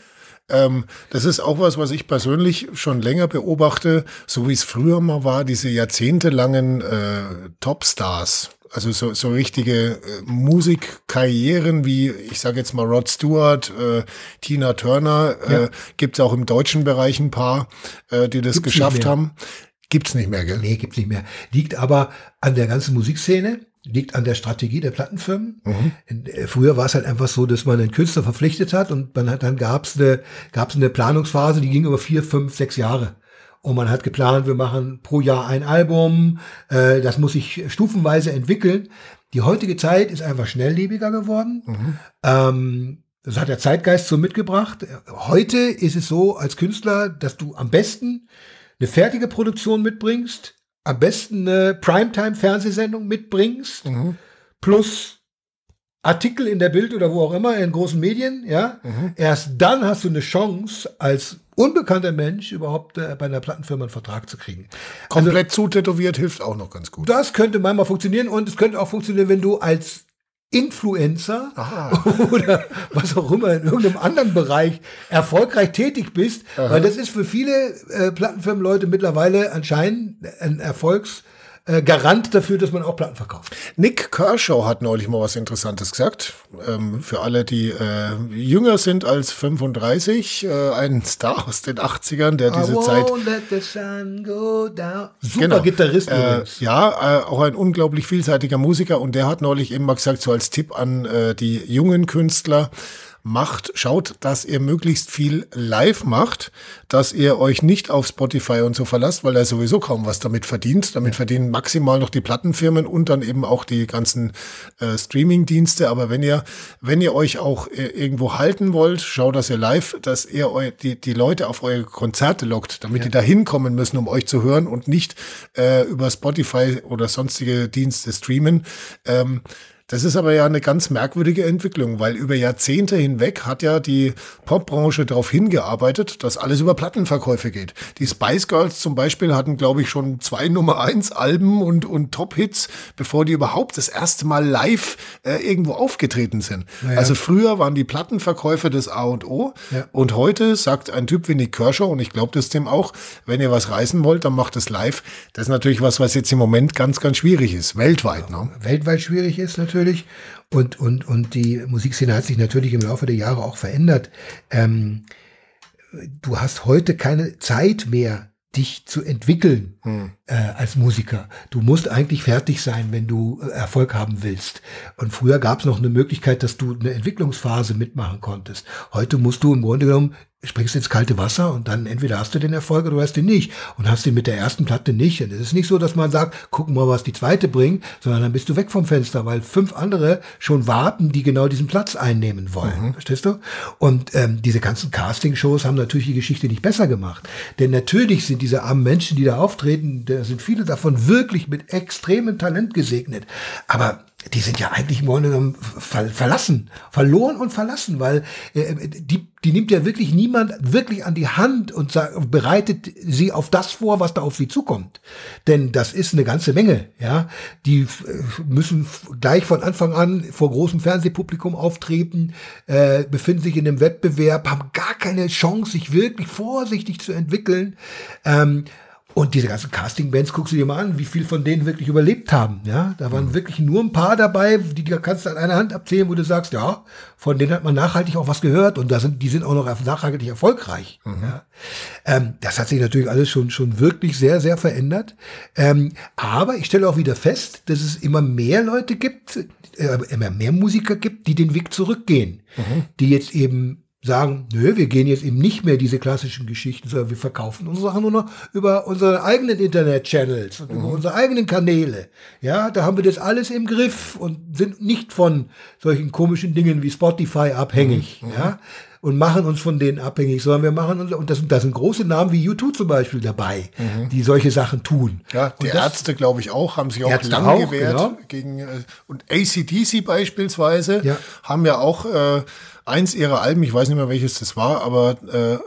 Das ist auch was ich persönlich schon länger beobachte, so wie es früher mal war, diese jahrzehntelangen Topstars, also so richtige Musikkarrieren wie, ich sage jetzt mal Rod Stewart, Tina Turner, gibt's auch im deutschen Bereich ein paar, die das geschafft haben. Gibt's nicht mehr, gell? Nee, gibt's nicht mehr. Liegt aber an der ganzen Musikszene. Liegt an der Strategie der Plattenfirmen. Früher war es halt einfach so, dass man einen Künstler verpflichtet hat und dann gab's eine Planungsphase, die ging über 4, 5, 6 Jahre. Und man hat geplant, wir machen pro Jahr ein Album, das muss sich stufenweise entwickeln. Die heutige Zeit ist einfach schnelllebiger geworden. Das hat der Zeitgeist so mitgebracht. Heute ist es so als Künstler, dass du am besten eine fertige Produktion mitbringst, am besten eine Primetime-Fernsehsendung mitbringst, plus Artikel in der Bild oder wo auch immer, in großen Medien, ja. Erst dann hast du eine Chance, als unbekannter Mensch überhaupt bei einer Plattenfirma einen Vertrag zu kriegen. Komplett zutätowiert hilft auch noch ganz gut. Das könnte manchmal funktionieren und es könnte auch funktionieren, wenn du als Influencer oder was auch immer in irgendeinem anderen Bereich erfolgreich tätig bist, weil das ist für viele Plattenfirmenleute mittlerweile anscheinend ein Erfolgsgarant dafür, dass man auch Platten verkauft. Nick Kershaw hat neulich mal was Interessantes gesagt. Für alle, die jünger sind als 35, ein Star aus den 80ern, der diese Zeit... Let the sun go down. Super Gitarrist übrigens. Ja, auch ein unglaublich vielseitiger Musiker und der hat neulich eben mal gesagt, so als Tipp an die jungen Künstler, schaut, dass ihr möglichst viel live macht, dass ihr euch nicht auf Spotify und so verlasst, weil er sowieso kaum was damit verdient. Damit verdienen maximal noch die Plattenfirmen und dann eben auch die ganzen Streaming-Dienste. Aber wenn ihr euch auch irgendwo halten wollt, schaut, dass ihr live, dass ihr die Leute auf eure Konzerte lockt, damit die da hinkommen müssen, um euch zu hören und nicht über Spotify oder sonstige Dienste streamen. Das ist aber ja eine ganz merkwürdige Entwicklung, weil über Jahrzehnte hinweg hat ja die Popbranche darauf hingearbeitet, dass alles über Plattenverkäufe geht. Die Spice Girls zum Beispiel hatten, glaube ich, schon 2 Nummer-1-Alben und Top-Hits, bevor die überhaupt das erste Mal live irgendwo aufgetreten sind. Ja. Also früher waren die Plattenverkäufe das A und O. Ja. Und heute sagt ein Typ wie Nick Kershaw, und ich glaube das dem auch, wenn ihr was reißen wollt, dann macht es live. Das ist natürlich was jetzt im Moment ganz, ganz schwierig ist, weltweit. Ne? Weltweit schwierig ist natürlich. Und die Musikszene hat sich natürlich im Laufe der Jahre auch verändert. Du hast heute keine Zeit mehr, dich zu entwickeln als Musiker. Du musst eigentlich fertig sein, wenn du Erfolg haben willst. Und früher gab es noch eine Möglichkeit, dass du eine Entwicklungsphase mitmachen konntest. Heute musst du im Grunde genommen, springst ins kalte Wasser und dann entweder hast du den Erfolg oder du hast den nicht. Und hast den mit der ersten Platte nicht. Und es ist nicht so, dass man sagt, gucken wir mal, was die zweite bringt, sondern dann bist du weg vom Fenster, weil 5 andere schon warten, die genau diesen Platz einnehmen wollen. Verstehst du? Und diese ganzen Casting-Shows haben natürlich die Geschichte nicht besser gemacht. Denn natürlich sind diese armen Menschen, die da auftreten, da sind viele davon wirklich mit extremem Talent gesegnet. Aber die sind ja eigentlich im Grunde genommen verloren und verlassen, weil die nimmt ja wirklich niemand wirklich an die Hand und bereitet sie auf das vor, was da auf sie zukommt. Denn das ist eine ganze Menge, ja. Die müssen gleich von Anfang an vor großem Fernsehpublikum auftreten, befinden sich in einem Wettbewerb, haben gar keine Chance, sich wirklich vorsichtig zu entwickeln. Und diese ganzen Casting-Bands, guckst du dir mal an, wie viel von denen wirklich überlebt haben. Ja, da waren wirklich nur ein paar dabei, die kannst du an einer Hand abzählen, wo du sagst, ja, von denen hat man nachhaltig auch was gehört und die sind auch noch nachhaltig erfolgreich. Ja. Das hat sich natürlich alles schon wirklich sehr, sehr verändert. Aber ich stelle auch wieder fest, dass es immer mehr Leute gibt, immer mehr Musiker gibt, die den Weg zurückgehen, die jetzt eben sagen, nö, wir gehen jetzt eben nicht mehr diese klassischen Geschichten, sondern wir verkaufen unsere Sachen nur noch über unsere eigenen Internet-Channels und über unsere eigenen Kanäle. Ja, da haben wir das alles im Griff und sind nicht von solchen komischen Dingen wie Spotify abhängig, ja, und machen uns von denen abhängig, sondern wir machen uns, und da sind große Namen wie U2 zum Beispiel dabei, die solche Sachen tun. Ja, die Ärzte, glaube ich, auch, haben sich auch lange gewehrt, genau, gegen, und AC/DC beispielsweise, haben ja auch, eins ihrer Alben, ich weiß nicht mehr welches das war, aber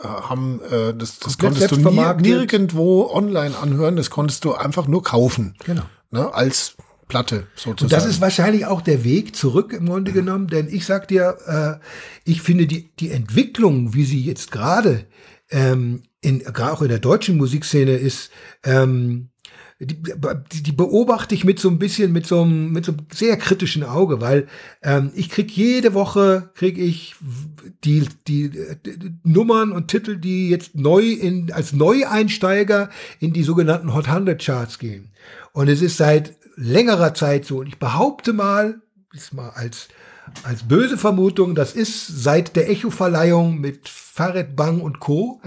das konntest du nirgendwo online anhören, das konntest du einfach nur kaufen. Genau. Ne, als Platte sozusagen. Und das ist wahrscheinlich auch der Weg zurück im Grunde genommen, denn ich sag dir, ich finde die Entwicklung, wie sie jetzt gerade gerade auch in der deutschen Musikszene ist, die beobachte ich mit so einem sehr kritischen Auge, weil ich krieg jede Woche die Nummern und Titel, die jetzt als Neueinsteiger in die sogenannten Hot 100 Charts gehen. Und es ist seit längerer Zeit so, und ich behaupte mal, als böse Vermutung, das ist seit der Echo-Verleihung mit Farid Bang und Co.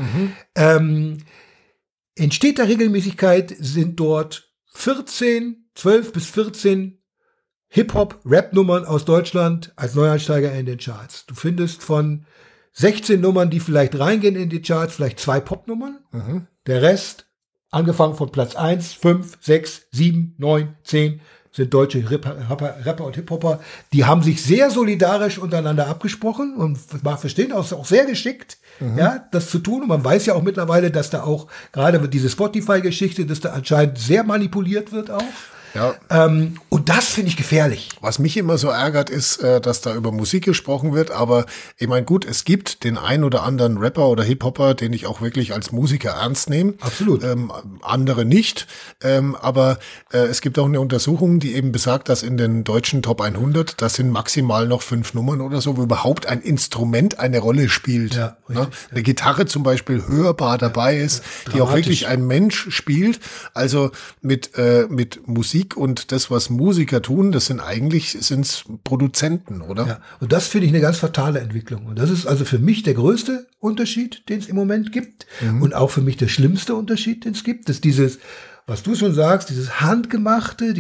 In steter Regelmäßigkeit sind dort 12 bis 14 Hip-Hop-Rap-Nummern aus Deutschland als Neueinsteiger in den Charts. Du findest von 16 Nummern, die vielleicht reingehen in die Charts, vielleicht 2 Pop-Nummern. Der Rest, angefangen von Platz 1, 5, 6, 7, 9, 10, sind deutsche Rapper und Hip-Hopper. Die haben sich sehr solidarisch untereinander abgesprochen und verstehen auch sehr geschickt, ja, das zu tun. Und man weiß ja auch mittlerweile, dass da auch gerade diese Spotify-Geschichte, dass da anscheinend sehr manipuliert wird auch. Ja. Und das finde ich gefährlich. Was mich immer so ärgert, ist, dass da über Musik gesprochen wird. Aber ich meine, gut, es gibt den ein oder anderen Rapper oder Hip-Hopper, den ich auch wirklich als Musiker ernst nehme. Absolut. Andere nicht. Aber es gibt auch eine Untersuchung, die eben besagt, dass in den deutschen Top 100, das sind maximal noch 5 Nummern oder so, wo überhaupt ein Instrument eine Rolle spielt. Ja, richtig, ne? Eine Gitarre zum Beispiel hörbar dabei ist, die auch wirklich ein Mensch spielt. Also mit Musik Musik und das, was Musiker tun, sind's Produzenten, oder? Ja, und das finde ich eine ganz fatale Entwicklung. Und das ist also für mich der größte Unterschied, den es im Moment gibt. Und auch für mich der schlimmste Unterschied, den es gibt, dass dieses, was du schon sagst, dieses Handgemachte,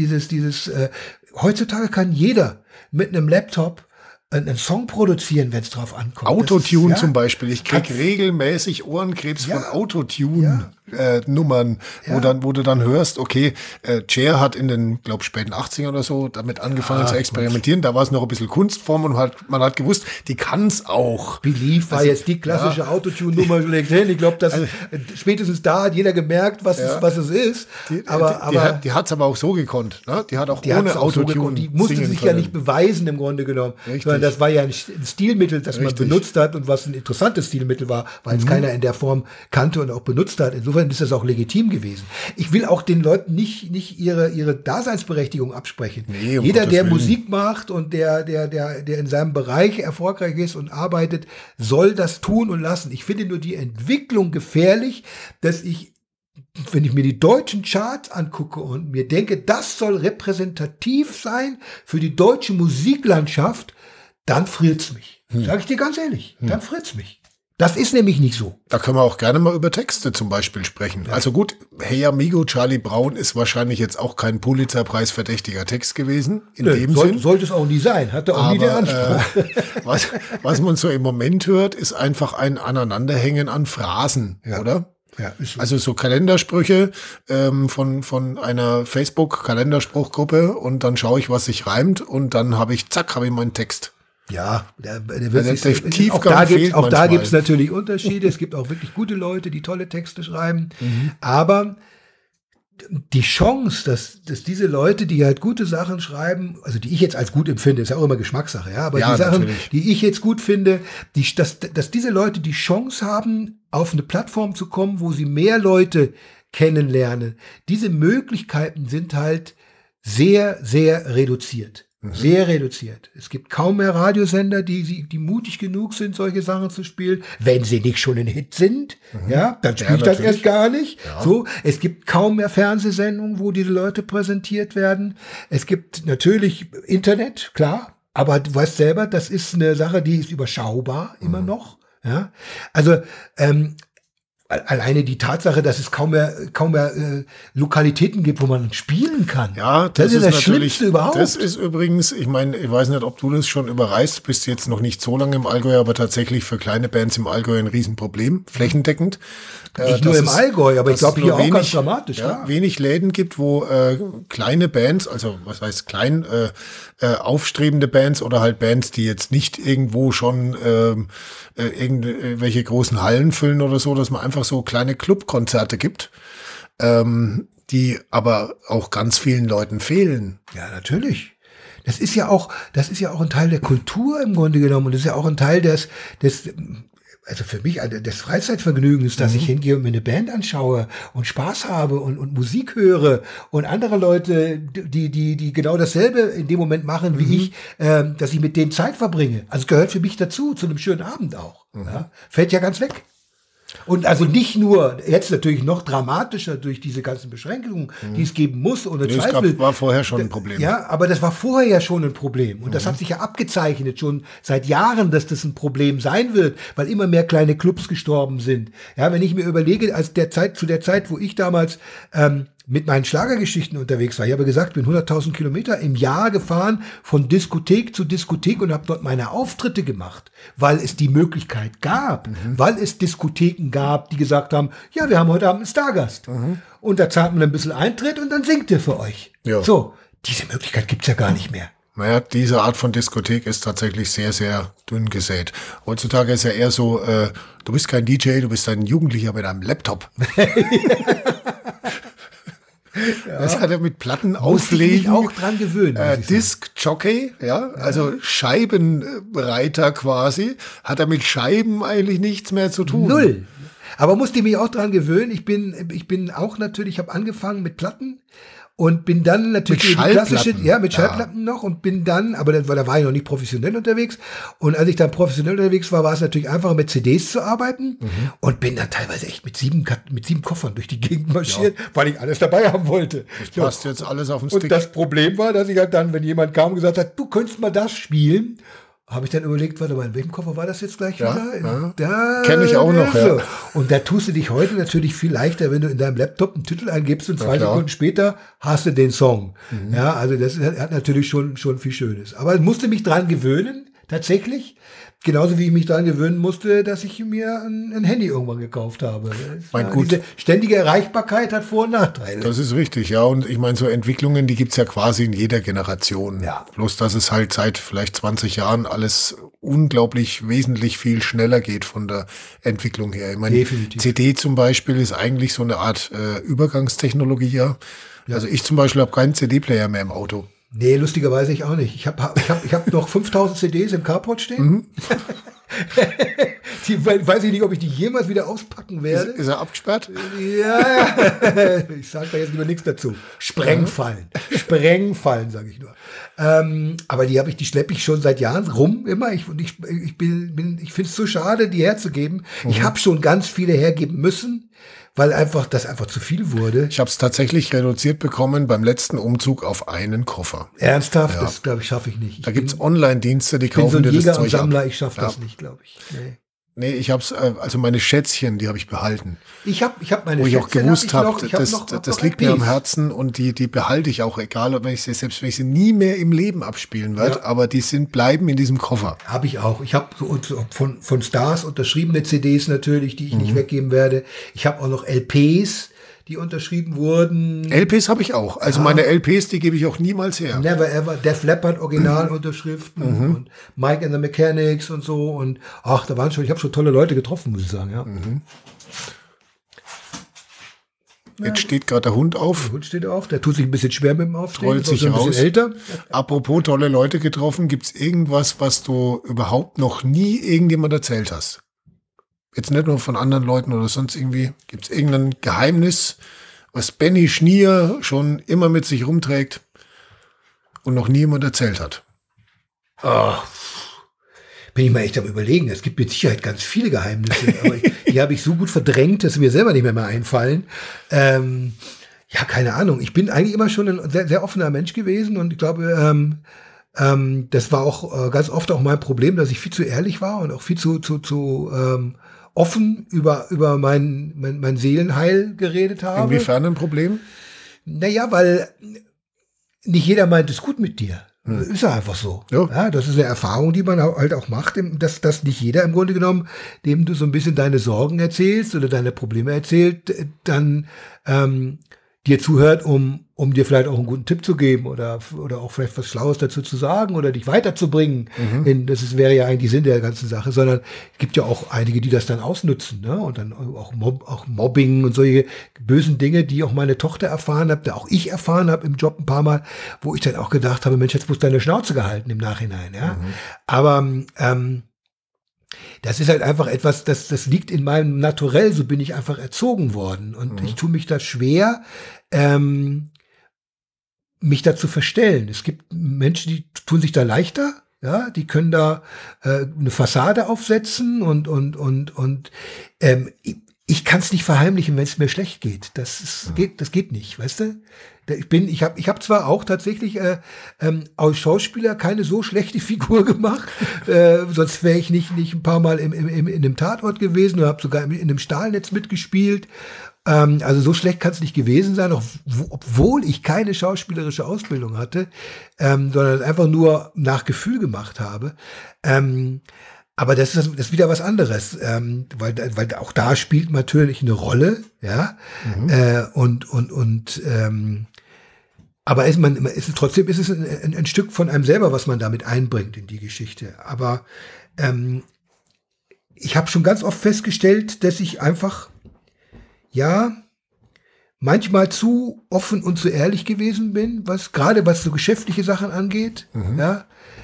heutzutage kann jeder mit einem Laptop einen Song produzieren, wenn es drauf ankommt. Autotune zum Beispiel. Ich krieg regelmäßig Ohrenkrebs von Autotune-Nummern, wo du dann hörst, okay, Cher hat in den, glaube späten 80ern oder so damit angefangen zu experimentieren. Da war es noch ein bisschen Kunstform und man hat gewusst, die kann's auch. Believe war jetzt die klassische Autotune-Nummer schlägt hin. Ich glaube, dass spätestens da hat jeder gemerkt, was es ist. Die hat's aber auch so gekonnt. Ne? Die hat auch ohne Autotune die musste sich ja nicht beweisen im Grunde genommen. Richtig. Das war ja ein Stilmittel, das man benutzt hat und was ein interessantes Stilmittel war, weil es keiner in der Form kannte und auch benutzt hat. Insofern ist das auch legitim gewesen. Ich will auch den Leuten nicht ihre Daseinsberechtigung absprechen. Nee, jeder, der Musik macht und der in seinem Bereich erfolgreich ist und arbeitet, soll das tun und lassen. Ich finde nur die Entwicklung gefährlich, dass wenn ich mir die deutschen Charts angucke und mir denke, das soll repräsentativ sein für die deutsche Musiklandschaft, dann friert's mich. Sag ich dir ganz ehrlich, dann friert's mich. Das ist nämlich nicht so. Da können wir auch gerne mal über Texte zum Beispiel sprechen. Ja. Also gut, Hey Amigo, Charlie Brown ist wahrscheinlich jetzt auch kein Pulitzer-Preis-verdächtiger Text gewesen. In dem Sinn. Sollte es auch nie sein. Hatte auch nie den Anspruch. Was man so im Moment hört, ist einfach ein Aneinanderhängen an Phrasen, oder? Ja, ist so. Also so Kalendersprüche von einer Facebook-Kalenderspruchgruppe und dann schaue ich, was sich reimt und dann habe ich meinen Text. Ja, auch da gibt es natürlich Unterschiede. Es gibt auch wirklich gute Leute, die tolle Texte schreiben. Aber die Chance, dass diese Leute, die halt gute Sachen schreiben, also die ich jetzt als gut empfinde, ist ja auch immer Geschmackssache, ja, aber die Sachen, die ich jetzt gut finde, dass diese Leute die Chance haben, auf eine Plattform zu kommen, wo sie mehr Leute kennenlernen. Diese Möglichkeiten sind halt sehr, sehr reduziert. Sehr reduziert. Es gibt kaum mehr Radiosender, die mutig genug sind, solche Sachen zu spielen. Wenn sie nicht schon ein Hit sind, dann spielt das erst gar nicht. Ja. So, es gibt kaum mehr Fernsehsendungen, wo diese Leute präsentiert werden. Es gibt natürlich Internet, klar. Aber du weißt selber, das ist eine Sache, die ist überschaubar immer noch. Ja, also, alleine die Tatsache, dass es kaum mehr Lokalitäten gibt, wo man spielen kann. Ja, das ist das Schlimmste überhaupt. Das ist übrigens, ich meine, ich weiß nicht, ob du das schon überreist, bist jetzt noch nicht so lange im Allgäu, aber tatsächlich für kleine Bands im Allgäu ein Riesenproblem, flächendeckend. Nicht nur im Allgäu, aber ich glaube hier auch ganz dramatisch. Ja, wenig Läden gibt, wo kleine Bands, also was heißt klein, aufstrebende Bands oder halt Bands, die jetzt nicht irgendwo schon irgendwelche großen Hallen füllen oder so, dass man einfach so kleine Clubkonzerte gibt, die aber auch ganz vielen Leuten fehlen. Ja, natürlich. Das ist ja auch ein Teil der Kultur im Grunde genommen und das ist ja auch ein Teil also für mich des Freizeitvergnügens, dass ich hingehe und mir eine Band anschaue und Spaß habe und Musik höre und andere Leute, die genau dasselbe in dem Moment machen wie ich, dass ich mit denen Zeit verbringe. Also gehört für mich dazu, zu einem schönen Abend auch. Ja? Fällt ja ganz weg. Und also nicht nur, jetzt natürlich noch dramatischer durch diese ganzen Beschränkungen, die es geben muss, ohne Zweifel. Das war vorher schon ein Problem. Ja, aber das war vorher ja schon ein Problem. Und das hat sich ja abgezeichnet, schon seit Jahren, dass das ein Problem sein wird, weil immer mehr kleine Clubs gestorben sind. Ja, wenn ich mir überlege, zu der Zeit, wo ich damals mit meinen Schlagergeschichten unterwegs war. Ich habe gesagt, ich bin 100.000 Kilometer im Jahr gefahren, von Diskothek zu Diskothek und habe dort meine Auftritte gemacht, weil es die Möglichkeit gab, weil es Diskotheken gab, die gesagt haben, ja, wir haben heute Abend einen Stargast. Und da zahlt man ein bisschen Eintritt und dann singt er für euch. Ja. So, diese Möglichkeit gibt's ja gar nicht mehr. Naja, diese Art von Diskothek ist tatsächlich sehr, sehr dünn gesät. Heutzutage ist ja eher so, du bist kein DJ, du bist ein Jugendlicher mit einem Laptop. Ja. Das hat er mit Platten auflegen. Auch dran gewöhnen. Disc-Jockey, ja, also Scheibenreiter quasi, hat er mit Scheiben eigentlich nichts mehr zu tun. Null. Aber musste mich auch dran gewöhnen. Ich bin auch natürlich, ich habe angefangen mit Platten und bin dann natürlich Mit Schallplatten. mit Schallplatten noch und bin dann, aber dann, weil da war ich noch nicht professionell unterwegs und als ich dann professionell unterwegs war, war es natürlich einfacher mit CDs zu arbeiten und bin dann teilweise echt mit sieben Koffern durch die Gegend marschiert, weil ich alles dabei haben wollte. Das passt jetzt alles auf den Stick. Und das Problem war, dass ich halt dann, wenn jemand kam und gesagt hat, du könntest mal das spielen, habe ich dann überlegt, warte mal, in welchem Koffer war das jetzt gleich wieder? Ja. Kenne ich auch noch, ja. Und da tust du dich heute natürlich viel leichter, wenn du in deinem Laptop einen Titel eingibst und 2 Sekunden später hast du den Song. Ja, also das hat natürlich schon viel Schönes. Aber ich musste mich dran gewöhnen, tatsächlich. Genauso wie ich mich daran gewöhnen musste, dass ich mir ein Handy irgendwann gekauft habe. Diese ständige Erreichbarkeit hat Vor- und Nachteile. Das ist richtig, ja. Und ich meine, so Entwicklungen, die gibt's ja quasi in jeder Generation. Ja. Bloß, dass es halt seit vielleicht 20 Jahren alles unglaublich wesentlich viel schneller geht von der Entwicklung her. Ich meine, Definitiv. CD zum Beispiel ist eigentlich so eine Art Übergangstechnologie, ja. Also ich zum Beispiel habe keinen CD-Player mehr im Auto. Nee, lustigerweise ich auch nicht. Ich hab noch 5000 CDs im Carport stehen. Die weiß ich nicht, ob ich die jemals wieder auspacken werde. Ist er abgesperrt? Ja, ich sage da jetzt lieber nichts dazu. Sprengfallen, sage ich nur. Aber die schleppe ich schon seit Jahren rum immer. Ich finde es so schade, die herzugeben. Ich habe schon ganz viele hergeben müssen, weil das einfach zu viel wurde. Ich habe es tatsächlich reduziert bekommen beim letzten Umzug auf einen Koffer. Ernsthaft? Ja. Das, glaube ich, schaffe ich nicht. Da gibt's Online-Dienste, die kaufen so ein dir Jäger das und Zeug Sammler, ab. ich schaffe das nicht, glaube ich. Nee, ich hab's, also meine Schätzchen, die habe ich behalten. Ich hab meine Wo ich auch Schätzchen gewusst habe, noch das liegt mir am LPs. Herzen und die behalte ich auch, egal, ob ich selbst wenn ich sie nie mehr im Leben abspielen werde, aber die bleiben in diesem Koffer. Habe ich auch. Ich habe so von Stars unterschriebene CDs natürlich, die ich nicht weggeben werde. Ich habe auch noch LPs, die unterschrieben wurden. LPs habe ich auch. Also meine LPs, die gebe ich auch niemals her. Never Ever, Def Leppard Originalunterschriften und Mike and the Mechanics und so. Und ich habe schon tolle Leute getroffen, muss ich sagen, ja. Jetzt steht gerade der Hund auf. Der Hund steht auf, der tut sich ein bisschen schwer mit dem Aufstehen. Rollt sich ein bisschen raus. älter. Apropos tolle Leute getroffen, gibt's irgendwas, was du überhaupt noch nie irgendjemand erzählt hast? Jetzt nicht nur von anderen Leuten oder sonst irgendwie. Gibt's irgendein Geheimnis, was Benny Schnier schon immer mit sich rumträgt und noch nie jemand erzählt hat? Bin ich mal echt am Überlegen. Es gibt mit Sicherheit ganz viele Geheimnisse, aber die habe ich so gut verdrängt, dass sie mir selber nicht mehr einfallen. Ja, keine Ahnung. Ich bin eigentlich immer schon ein sehr, sehr offener Mensch gewesen und ich glaube, das war auch ganz oft auch mein Problem, dass ich viel zu ehrlich war und auch viel zu offen über mein Seelenheil geredet habe. Inwiefern ein Problem? Naja, weil nicht jeder meint es gut mit dir. Ist ja einfach so. Ja, das ist eine Erfahrung, die man halt auch macht, dass nicht jeder im Grunde genommen, dem du so ein bisschen deine Sorgen erzählst oder deine Probleme erzählt, dann dir zuhört, um dir vielleicht auch einen guten Tipp zu geben oder auch vielleicht was Schlaues dazu zu sagen oder dich weiterzubringen. Wäre ja eigentlich Sinn der ganzen Sache, sondern es gibt ja auch einige, die das dann ausnutzen, ne? Und dann auch Mobbing und solche bösen Dinge, die auch meine Tochter erfahren hat, auch ich erfahren habe im Job ein paar Mal, wo ich dann auch gedacht habe, Mensch, jetzt musst du deine Schnauze gehalten im Nachhinein, ja. Aber das ist halt einfach etwas, das liegt in meinem Naturell, so bin ich einfach erzogen worden. Und ich tue mich da schwer, mich da zu verstellen. Es gibt Menschen, die tun sich da leichter, ja, die können da eine Fassade aufsetzen und ich kann es nicht verheimlichen, wenn es mir schlecht geht. Das geht nicht, weißt du? Ich hab zwar auch tatsächlich als Schauspieler keine so schlechte Figur gemacht, sonst wäre ich nicht ein paar Mal in einem Tatort gewesen oder habe sogar in einem Stahlnetz mitgespielt. Also so schlecht kann es nicht gewesen sein, obwohl ich keine schauspielerische Ausbildung hatte, sondern einfach nur nach Gefühl gemacht habe. Aber das ist wieder was anderes, weil auch da spielt natürlich eine Rolle, ja. Aber trotzdem ist es ein Stück von einem selber, was man damit einbringt in die Geschichte. Aber ich habe schon ganz oft festgestellt, dass ich einfach manchmal zu offen und zu ehrlich gewesen bin, was so geschäftliche Sachen angeht, ja.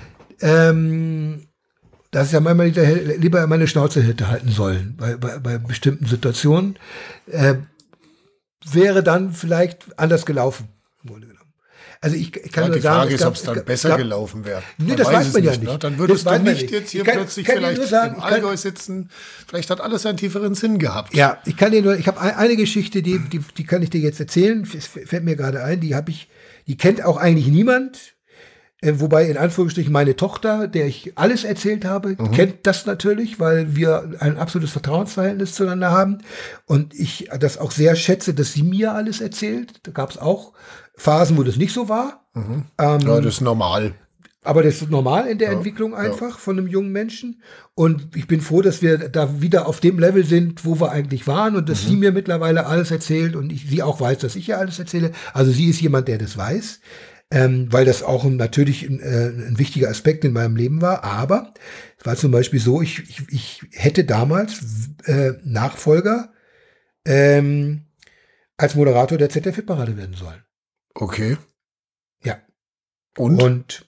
Dass ich ja manchmal lieber meine Schnauze hätte halten sollen bei bestimmten Situationen, wäre dann vielleicht anders gelaufen. im Grunde genommen. Also ich kann ja, nur die sagen, Frage ist, ob es dann besser gelaufen wäre. Nee, das weiß man ja nicht. Ne? Dann würdest du nicht jetzt hier plötzlich vielleicht sagen, im Allgäu sitzen. Vielleicht hat alles einen tieferen Sinn gehabt. Ja, ich habe eine Geschichte, die kann ich dir jetzt erzählen. Es fällt mir gerade ein, die kennt auch eigentlich niemand. Wobei in Anführungsstrichen meine Tochter, der ich alles erzählt habe, kennt das natürlich, weil wir ein absolutes Vertrauensverhältnis zueinander haben. Und ich das auch sehr schätze, dass sie mir alles erzählt. Da gab es auch Phasen, wo das nicht so war. Ja, das ist normal. Aber das ist normal in der Entwicklung einfach von einem jungen Menschen. Und ich bin froh, dass wir da wieder auf dem Level sind, wo wir eigentlich waren und dass sie mir mittlerweile alles erzählt und sie auch weiß, dass ich ihr alles erzähle. Also sie ist jemand, der das weiß. Weil das auch natürlich ein wichtiger Aspekt in meinem Leben war. Aber es war zum Beispiel so, ich hätte damals Nachfolger als Moderator der ZDF-Parade werden sollen. Okay. Ja. Und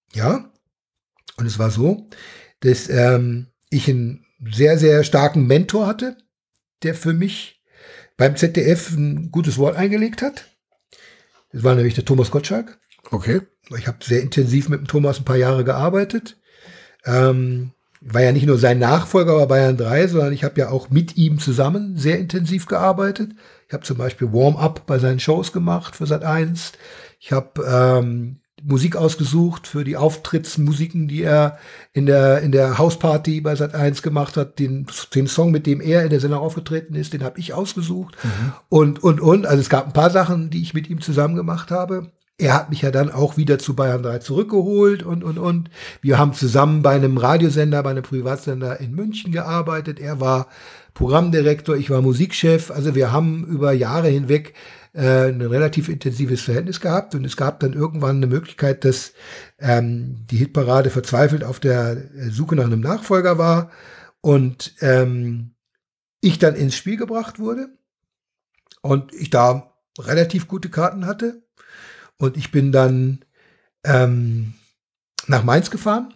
es war so, dass ich einen sehr, sehr starken Mentor hatte, der für mich beim ZDF ein gutes Wort eingelegt hat. Das war nämlich der Thomas Gottschalk. Okay. Ich habe sehr intensiv mit dem Thomas ein paar Jahre gearbeitet. War ja nicht nur sein Nachfolger bei Bayern 3, sondern ich habe ja auch mit ihm zusammen sehr intensiv gearbeitet. Ich habe zum Beispiel Warm-up bei seinen Shows gemacht für Sat.1. Ich habe Musik ausgesucht für die Auftrittsmusiken, die er in der Hausparty bei Sat.1 gemacht hat. Den Song, mit dem er in der Sendung aufgetreten ist, den habe ich ausgesucht. Und. Also es gab ein paar Sachen, die ich mit ihm zusammen gemacht habe. Er hat mich ja dann auch wieder zu Bayern 3 zurückgeholt und. Wir haben zusammen bei einem Radiosender, bei einem Privatsender in München gearbeitet. Er war Programmdirektor, ich war Musikchef. Also wir haben über Jahre hinweg ein relativ intensives Verhältnis gehabt. Und es gab dann irgendwann eine Möglichkeit, dass die Hitparade verzweifelt auf der Suche nach einem Nachfolger war und ich dann ins Spiel gebracht wurde und ich da relativ gute Karten hatte. Und ich bin dann nach Mainz gefahren.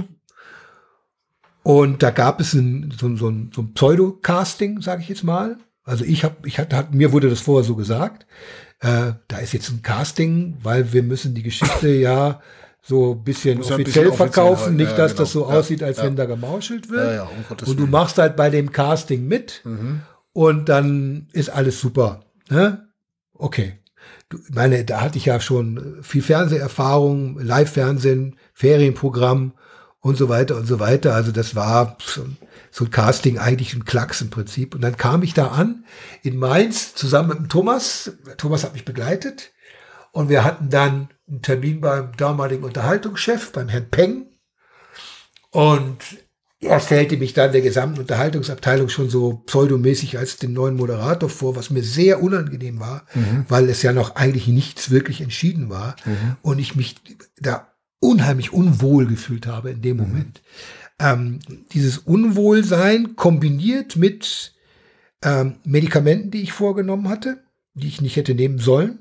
Und da gab es so ein Pseudo-Casting, sage ich jetzt mal. Also mir wurde das vorher so gesagt. Da ist jetzt ein Casting, weil wir müssen die Geschichte ja so ein bisschen offiziell verkaufen. Nicht, dass das so aussieht, als wenn da gemauschelt wird. Und du machst halt bei dem Casting mit. Und dann ist alles super. Ne? Okay. Ich meine, da hatte ich ja schon viel Fernseherfahrung, Live-Fernsehen, Ferienprogramm und so weiter und so weiter. Also das war so ein Casting, eigentlich ein Klacks im Prinzip. Und dann kam ich da an in Mainz zusammen mit dem Thomas. Thomas hat mich begleitet. Und wir hatten dann einen Termin beim damaligen Unterhaltungschef, beim Herrn Peng. Und er stellte mich dann der gesamten Unterhaltungsabteilung schon so pseudomäßig als den neuen Moderator vor, was mir sehr unangenehm war, weil es ja noch eigentlich nichts wirklich entschieden war und ich mich da unheimlich unwohl gefühlt habe in dem Moment. Dieses Unwohlsein kombiniert mit Medikamenten, die ich vorgenommen hatte, die ich nicht hätte nehmen sollen,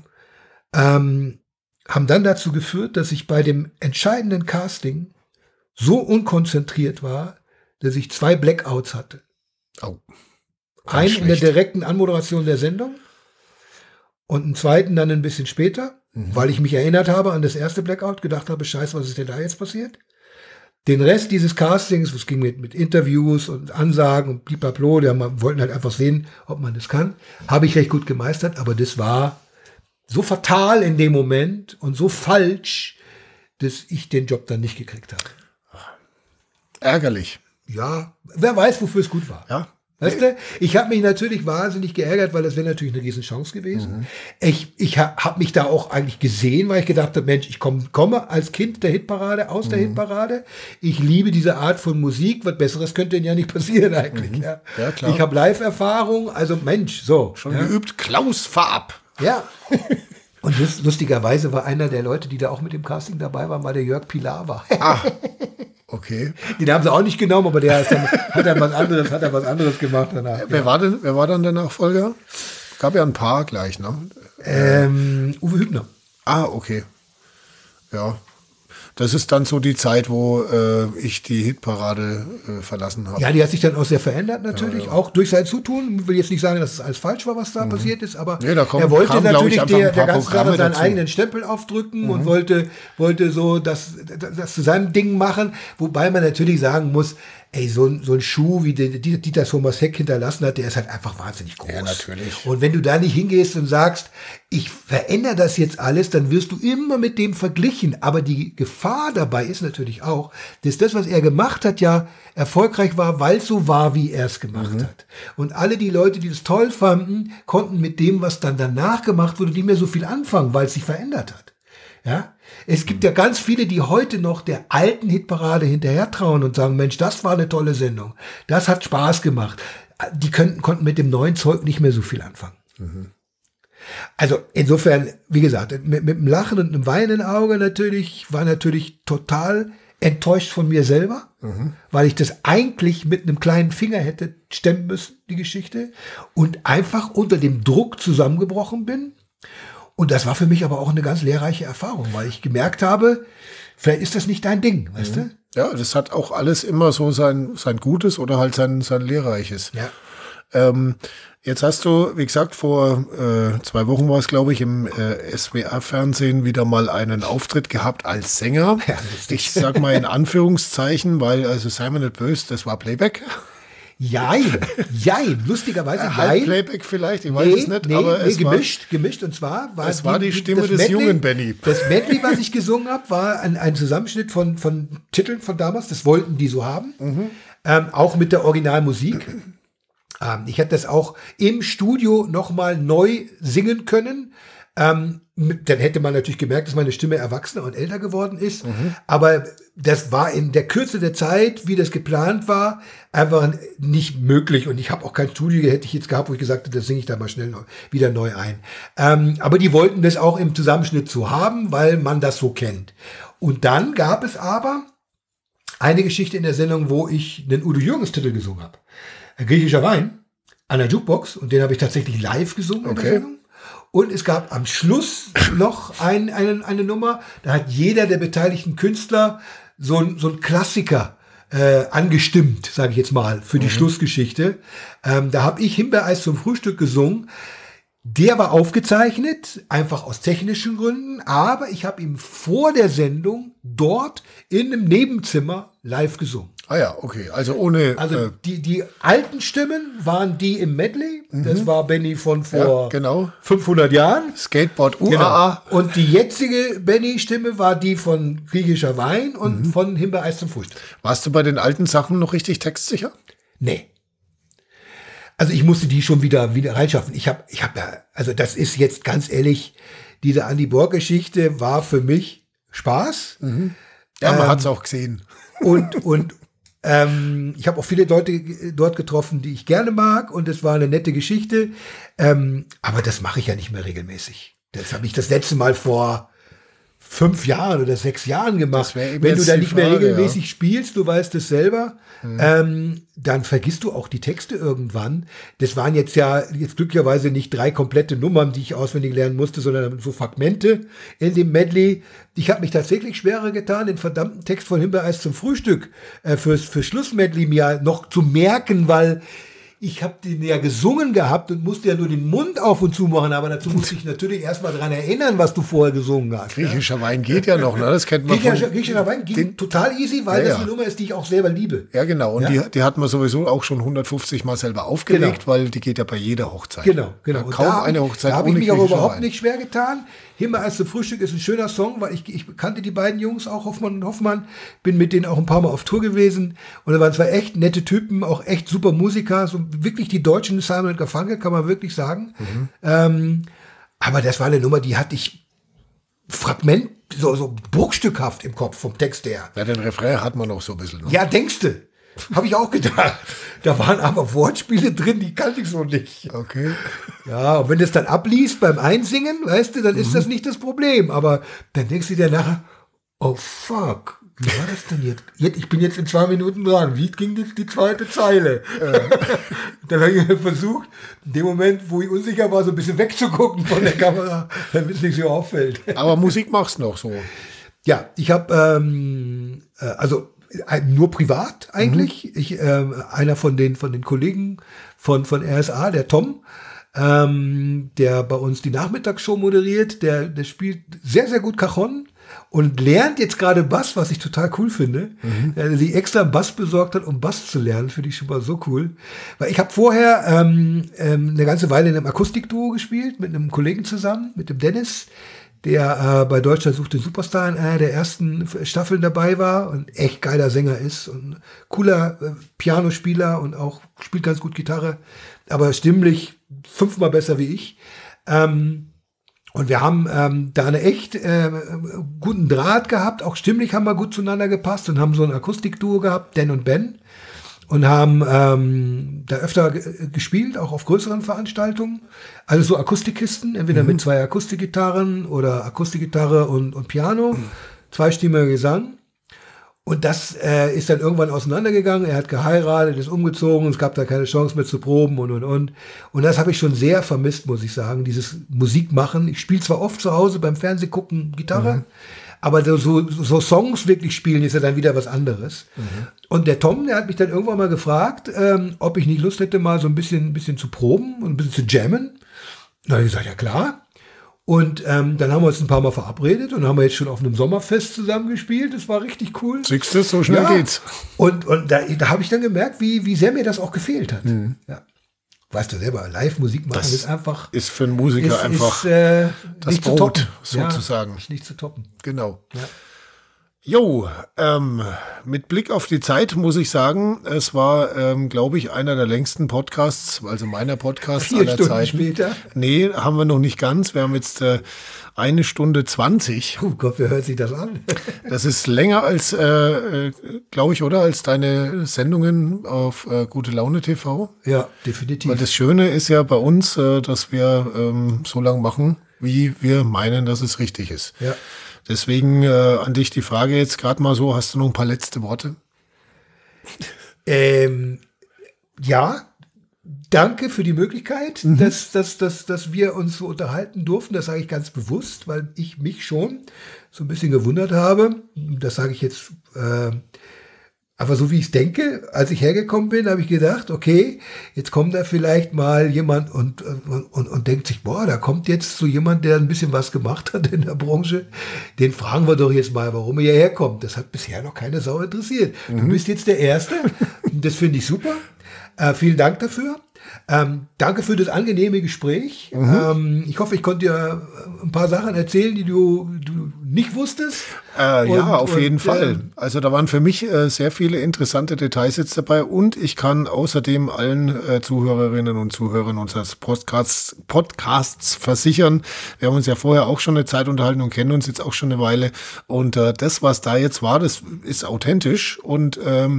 haben dann dazu geführt, dass ich bei dem entscheidenden Casting so unkonzentriert war, dass ich 2 Blackouts hatte. Oh. Einen in der direkten Anmoderation der Sendung und einen zweiten dann ein bisschen später, weil ich mich erinnert habe an das erste Blackout, gedacht habe, scheiße, was ist denn da jetzt passiert? Den Rest dieses Castings, es ging mit Interviews und Ansagen und bliblablub, wollten halt einfach sehen, ob man das kann, habe ich recht gut gemeistert, aber das war so fatal in dem Moment und so falsch, dass ich den Job dann nicht gekriegt habe. Ärgerlich. Ja, wer weiß, wofür es gut war. Ja. Weißt du? Ich habe mich natürlich wahnsinnig geärgert, weil das wäre natürlich eine riesen Chance gewesen. Ich habe mich da auch eigentlich gesehen, weil ich gedacht habe, Mensch, ich komme als Kind der Hitparade, aus der Hitparade. Ich liebe diese Art von Musik. Was Besseres könnte denn ja nicht passieren eigentlich. Ja, klar. Ich habe Live-Erfahrung, also Mensch, so. Schon geübt, Klaus, fahr ab. Ja. Und lustigerweise war einer der Leute, die da auch mit dem Casting dabei waren, war der Jörg Pilawa. Okay. Den haben sie auch nicht genommen, aber der hat dann was anderes gemacht danach. Wer war dann der Nachfolger? Gab ja ein paar gleich, ne? Uwe Hübner. Ah, okay. Ja. das ist dann so die Zeit, wo ich die Hitparade verlassen habe. Ja, die hat sich dann auch sehr verändert natürlich, auch durch sein Zutun. Ich will jetzt nicht sagen, dass es alles falsch war, was da passiert ist, aber Nee, da er wollte kamen, natürlich glaub ich, der einfach ein paar ganzen Sache Programme seinen dazu. eigenen Stempel aufdrücken und wollte so das zu seinem Ding machen, wobei man natürlich sagen muss, ey, so ein Schuh, wie Dieter Thomas Heck hinterlassen hat, der ist halt einfach wahnsinnig groß. Ja, natürlich. Und wenn du da nicht hingehst und sagst, ich verändere das jetzt alles, dann wirst du immer mit dem verglichen. Aber die Gefahr dabei ist natürlich auch, dass das, was er gemacht hat, ja erfolgreich war, weil es so war, wie er es gemacht hat. Und alle die Leute, die das toll fanden, konnten mit dem, was dann danach gemacht wurde, nicht mehr so viel anfangen, weil es sich verändert hat. Ja, es gibt ja ganz viele, die heute noch der alten Hitparade hinterher trauen und sagen, Mensch, das war eine tolle Sendung. Das hat Spaß gemacht. Die konnten mit dem neuen Zeug nicht mehr so viel anfangen. Also insofern, wie gesagt, mit einem Lachen und einem weinenden Auge war natürlich total enttäuscht von mir selber, weil ich das eigentlich mit einem kleinen Finger hätte stemmen müssen, die Geschichte, und einfach unter dem Druck zusammengebrochen bin. Und das war für mich aber auch eine ganz lehrreiche Erfahrung, weil ich gemerkt habe, vielleicht ist das nicht dein Ding, weißt du? Ja, das hat auch alles immer so sein Gutes oder halt sein Lehrreiches. Ja. Jetzt hast du, wie gesagt, vor 2 Wochen war es, glaube ich, im SWR-Fernsehen wieder mal einen Auftritt gehabt als Sänger. Ja, ich sag mal in Anführungszeichen, weil, also sei mir nicht böse, das war Playback. Jein, lustigerweise Halb Playback vielleicht, ich weiß es nicht, aber es gemischt, und zwar war die Stimme des jungen Benny. Das Medley, was ich gesungen habe, war ein Zusammenschnitt von Titeln von damals, das wollten die so haben, auch mit der Originalmusik. Ich hätte das auch im Studio nochmal neu singen können. Dann hätte man natürlich gemerkt, dass meine Stimme erwachsener und älter geworden ist. Aber das war in der Kürze der Zeit, wie das geplant war, einfach nicht möglich. Und ich habe auch kein Studio, hätte ich jetzt gehabt, wo ich gesagt hätte, das singe ich da mal schnell wieder neu ein. Aber die wollten das auch im Zusammenschnitt so haben, weil man das so kennt. Und dann gab es aber eine Geschichte in der Sendung, wo ich einen Udo Jürgens Titel gesungen habe. Griechischer Wein an der Jukebox. Und den habe ich tatsächlich live gesungen in der Sendung. Und es gab am Schluss noch eine Nummer, da hat jeder der beteiligten Künstler so ein Klassiker angestimmt, sage ich jetzt mal, für die Schlussgeschichte. Da habe ich Himbeereis zum Frühstück gesungen. Der war aufgezeichnet, einfach aus technischen Gründen, aber ich habe ihn vor der Sendung dort in einem Nebenzimmer live gesungen. Ah ja, okay, also ohne... Also die alten Stimmen waren die im Medley, das war Benny von vor 500 Jahren. Skateboard UAA. Genau. Und die jetzige Benny-Stimme war die von Griechischer Wein und von Himbeereis zum Frühstück. Warst du bei den alten Sachen noch richtig textsicher? Nee. Also ich musste die schon wieder reinschaffen. Ich hab ja, also das ist jetzt ganz ehrlich, diese Andy Borg-Geschichte war für mich Spaß. Ja, man hat es auch gesehen. Und ich habe auch viele Leute dort getroffen, die ich gerne mag, und es war eine nette Geschichte. Aber das mache ich ja nicht mehr regelmäßig. Das habe ich das letzte Mal vor 5 Jahren oder 6 Jahren gemacht. Wenn du da nicht mehr regelmäßig spielst, du weißt es selber, dann vergisst du auch die Texte irgendwann. Das waren jetzt glücklicherweise nicht 3 komplette Nummern, die ich auswendig lernen musste, sondern so Fragmente in dem Medley. Ich habe mich tatsächlich schwerer getan, den verdammten Text von Himbeereis zum Frühstück fürs Schlussmedley mir noch zu merken, weil ich habe den ja gesungen gehabt und musste ja nur den Mund auf und zu machen, aber dazu musste ich natürlich erstmal dran erinnern, was du vorher gesungen hast. Griechischer Wein geht ja noch, ne? Das kennt man Griechischer Wein ging total easy, weil das eine Nummer ist, die ich auch selber liebe. Ja, genau. Und die hat man sowieso auch schon 150 Mal selber aufgelegt, weil die geht ja bei jeder Hochzeit. Genau. Ja, kaum eine Hochzeit da habe ich mich auch überhaupt nicht schwer getan. Himbeereis zum Frühstück ist ein schöner Song, weil ich kannte die beiden Jungs auch, Hoffmann und Hoffmann, bin mit denen auch ein paar Mal auf Tour gewesen, und da waren 2 echt nette Typen, auch echt super Musiker, so wirklich die deutschen Simon & Garfunkel, kann man wirklich sagen. Aber das war eine Nummer, die hatte ich Fragment, so bruchstückhaft im Kopf vom Text her. Ja, den Refrain hat man noch so ein bisschen. Ne? Ja, denkste. Habe ich auch gedacht. Da waren aber Wortspiele drin, die kannte ich so nicht. Okay. Ja, und wenn du es dann abliest beim Einsingen, weißt du, dann ist das nicht das Problem. Aber dann denkst du dir nachher, oh fuck, wie war das denn jetzt? Ich bin jetzt in 2 Minuten dran. Wie ging jetzt die zweite Zeile? Dann habe ich versucht, in dem Moment, wo ich unsicher war, so ein bisschen wegzugucken von der Kamera, damit es nicht so auffällt. Aber Musik machst du noch so. Ja, ich habe nur privat eigentlich. Einer von den Kollegen von RSA, der Tom, der bei uns die Nachmittagsshow moderiert, der spielt sehr, sehr gut Cajon und lernt jetzt gerade Bass, was ich total cool finde. Der sich extra einen Bass besorgt hat, um Bass zu lernen, finde ich schon mal so cool. Weil ich habe vorher eine ganze Weile in einem Akustikduo gespielt, mit einem Kollegen zusammen, mit dem Dennis, der bei Deutschland sucht den Superstar in einer der ersten Staffeln dabei war und echt geiler Sänger ist und cooler Pianospieler und auch spielt ganz gut Gitarre, aber stimmlich 5-mal besser wie ich. Und wir haben da eine echt guten Draht gehabt, auch stimmlich haben wir gut zueinander gepasst und haben so ein Akustikduo gehabt, Dan und Ben, und haben da öfter gespielt, auch auf größeren Veranstaltungen. Also so Akustikkisten, entweder mit 2 Akustikgitarren oder Akustikgitarre und Piano, zweistimmiger Gesang. Und das ist dann irgendwann auseinandergegangen. Er hat geheiratet, ist umgezogen, es gab da keine Chance mehr zu proben und. Und das habe ich schon sehr vermisst, muss ich sagen, dieses Musikmachen. Ich spiele zwar oft zu Hause beim Fernsehgucken Gitarre, aber so Songs wirklich spielen ist ja dann wieder was anderes. Und der Tom, der hat mich dann irgendwann mal gefragt, ob ich nicht Lust hätte, mal so ein bisschen zu proben und ein bisschen zu jammen. Na, ich gesagt, ja klar. Und dann haben wir uns ein paar Mal verabredet und haben wir jetzt schon auf einem Sommerfest zusammen gespielt. Das war richtig cool. Siehst du, so schnell geht's. Und da habe ich dann gemerkt, wie sehr mir das auch gefehlt hat. Ja. Weißt du selber, Live-Musik machen Das ist einfach... ist für einen Musiker einfach das nicht zu Brot, toppen. sozusagen. Ja, ist nicht zu toppen. Genau. Ja. Jo, mit Blick auf die Zeit muss ich sagen, es war, glaube ich, einer der längsten Podcasts, also meiner Podcasts 4 aller Stunden Zeiten. später. Nee, haben wir noch nicht ganz. Wir haben jetzt 1 Stunde 20. Oh Gott, wer hört sich das an? Das ist länger als, glaube ich, oder? Als deine Sendungen auf Gute Laune TV. Ja, definitiv. Weil das Schöne ist ja bei uns, dass wir so lang machen, wie wir meinen, dass es richtig ist. Ja. Deswegen an dich die Frage jetzt gerade mal so, hast du noch ein paar letzte Worte? Ja, danke für die Möglichkeit, dass wir uns so unterhalten durften. Das sage ich ganz bewusst, weil ich mich schon so ein bisschen gewundert habe. Das sage ich jetzt aber so wie ich es denke, als ich hergekommen bin, habe ich gedacht, okay, jetzt kommt da vielleicht mal jemand und denkt sich, boah, da kommt jetzt so jemand, der ein bisschen was gemacht hat in der Branche. Den fragen wir doch jetzt mal, warum er hierher kommt. Das hat bisher noch keine Sau interessiert. Du bist jetzt der Erste. Das finde ich super. Vielen Dank dafür. Danke für das angenehme Gespräch. Ich hoffe, ich konnte dir ein paar Sachen erzählen, die du nicht wusstest. Ja, auf jeden Fall. Also da waren für mich sehr viele interessante Details jetzt dabei und ich kann außerdem allen Zuhörerinnen und Zuhörern unseres Podcasts versichern, wir haben uns ja vorher auch schon eine Zeit unterhalten und kennen uns jetzt auch schon eine Weile und das, was da jetzt war, das ist authentisch und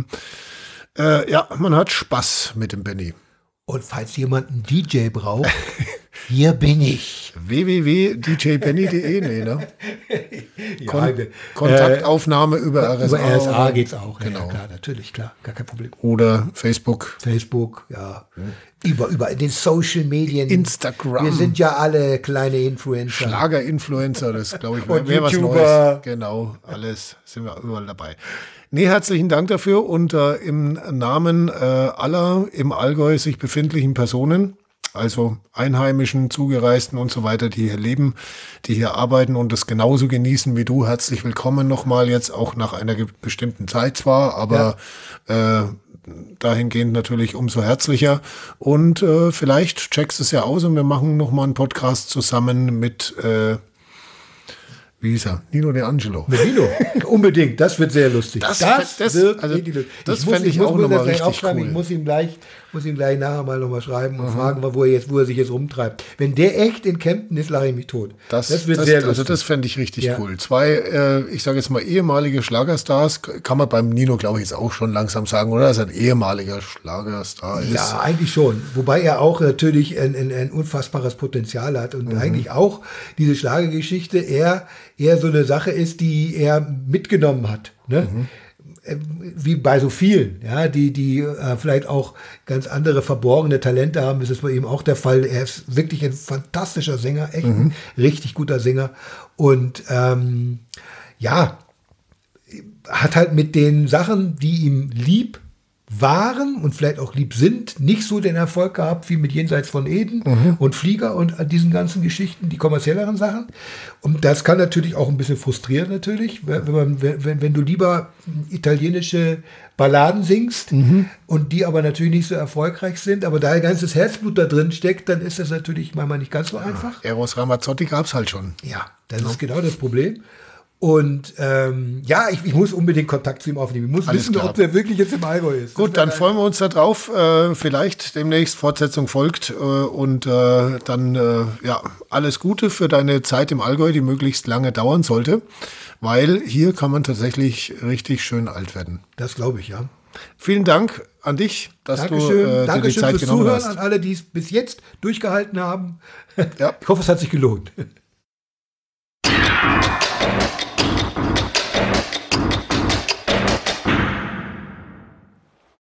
ja, man hat Spaß mit dem Benny. Und falls jemand einen DJ braucht, hier bin ich. www.djbenny.de, nee, ne? Ja, Kontaktaufnahme über RSA. Über RSA geht's auch. Genau. Ja, klar, natürlich, klar, gar kein Problem. Oder Facebook. Facebook, ja. Über den Social Medien. Instagram. Wir sind ja alle kleine Influencer. Schlager-Influencer, das glaube ich Und wäre was YouTuber. Neues. Genau, alles sind wir überall dabei. Nee, herzlichen Dank dafür und im Namen aller im Allgäu sich befindlichen Personen, also Einheimischen, Zugereisten und so weiter, die hier leben, die hier arbeiten und das genauso genießen wie du. Herzlich willkommen nochmal jetzt, auch nach einer bestimmten Zeit zwar, aber dahingehend natürlich umso herzlicher. Und vielleicht checkst du es ja aus und wir machen nochmal einen Podcast zusammen mit wie hieß er? Nino De Angelo. Mit Nino. Unbedingt. Das wird sehr lustig. Das wird also, richtig lustig. das fände ich auch nochmal richtig cool. Ich muss ihm gleich nachher mal nochmal schreiben und fragen, wo er sich jetzt rumtreibt. Wenn der echt in Kempten ist, lache ich mich tot. Das wird sehr lustig. Also das fände ich richtig cool. 2, ich sage jetzt mal ehemalige Schlagerstars, kann man beim Nino, glaube ich, jetzt auch schon langsam sagen, oder? Dass er ein ehemaliger Schlagerstar ist. Ja, eigentlich schon. Wobei er auch natürlich ein unfassbares Potenzial hat und eigentlich auch diese Schlagergeschichte eher so eine Sache ist, die er mitgenommen hat. Ne? Wie bei so vielen, ja, die vielleicht auch ganz andere verborgene Talente haben, ist es bei ihm auch der Fall. Er ist wirklich ein fantastischer Sänger, echt ein richtig guter Sänger. Und ja, hat halt mit den Sachen, die ihm lieb waren und vielleicht auch lieb sind, nicht so den Erfolg gehabt wie mit Jenseits von Eden und Flieger und diesen ganzen Geschichten, die kommerzielleren Sachen. Und das kann natürlich auch ein bisschen frustrieren natürlich, wenn du lieber italienische Balladen singst und die aber natürlich nicht so erfolgreich sind, aber da ein ganzes Herzblut da drin steckt, dann ist das natürlich manchmal nicht ganz so einfach. Eros Ramazzotti gab es halt schon. Ja, das ist genau das Problem. Und ja, ich muss unbedingt Kontakt zu ihm aufnehmen. Ich muss Alles wissen, klar. ob der wirklich jetzt im Allgäu ist. Gut, dann freuen wir uns darauf. Vielleicht demnächst Fortsetzung folgt. Und dann ja, alles Gute für deine Zeit im Allgäu, die möglichst lange dauern sollte. Weil hier kann man tatsächlich richtig schön alt werden. Das glaube ich, ja. Vielen Dank an dich, dass Dankeschön, du dir die Dankeschön Zeit fürs genommen Zuhören hast. an alle, die es bis jetzt durchgehalten haben. Ja. Ich hoffe, es hat sich gelohnt.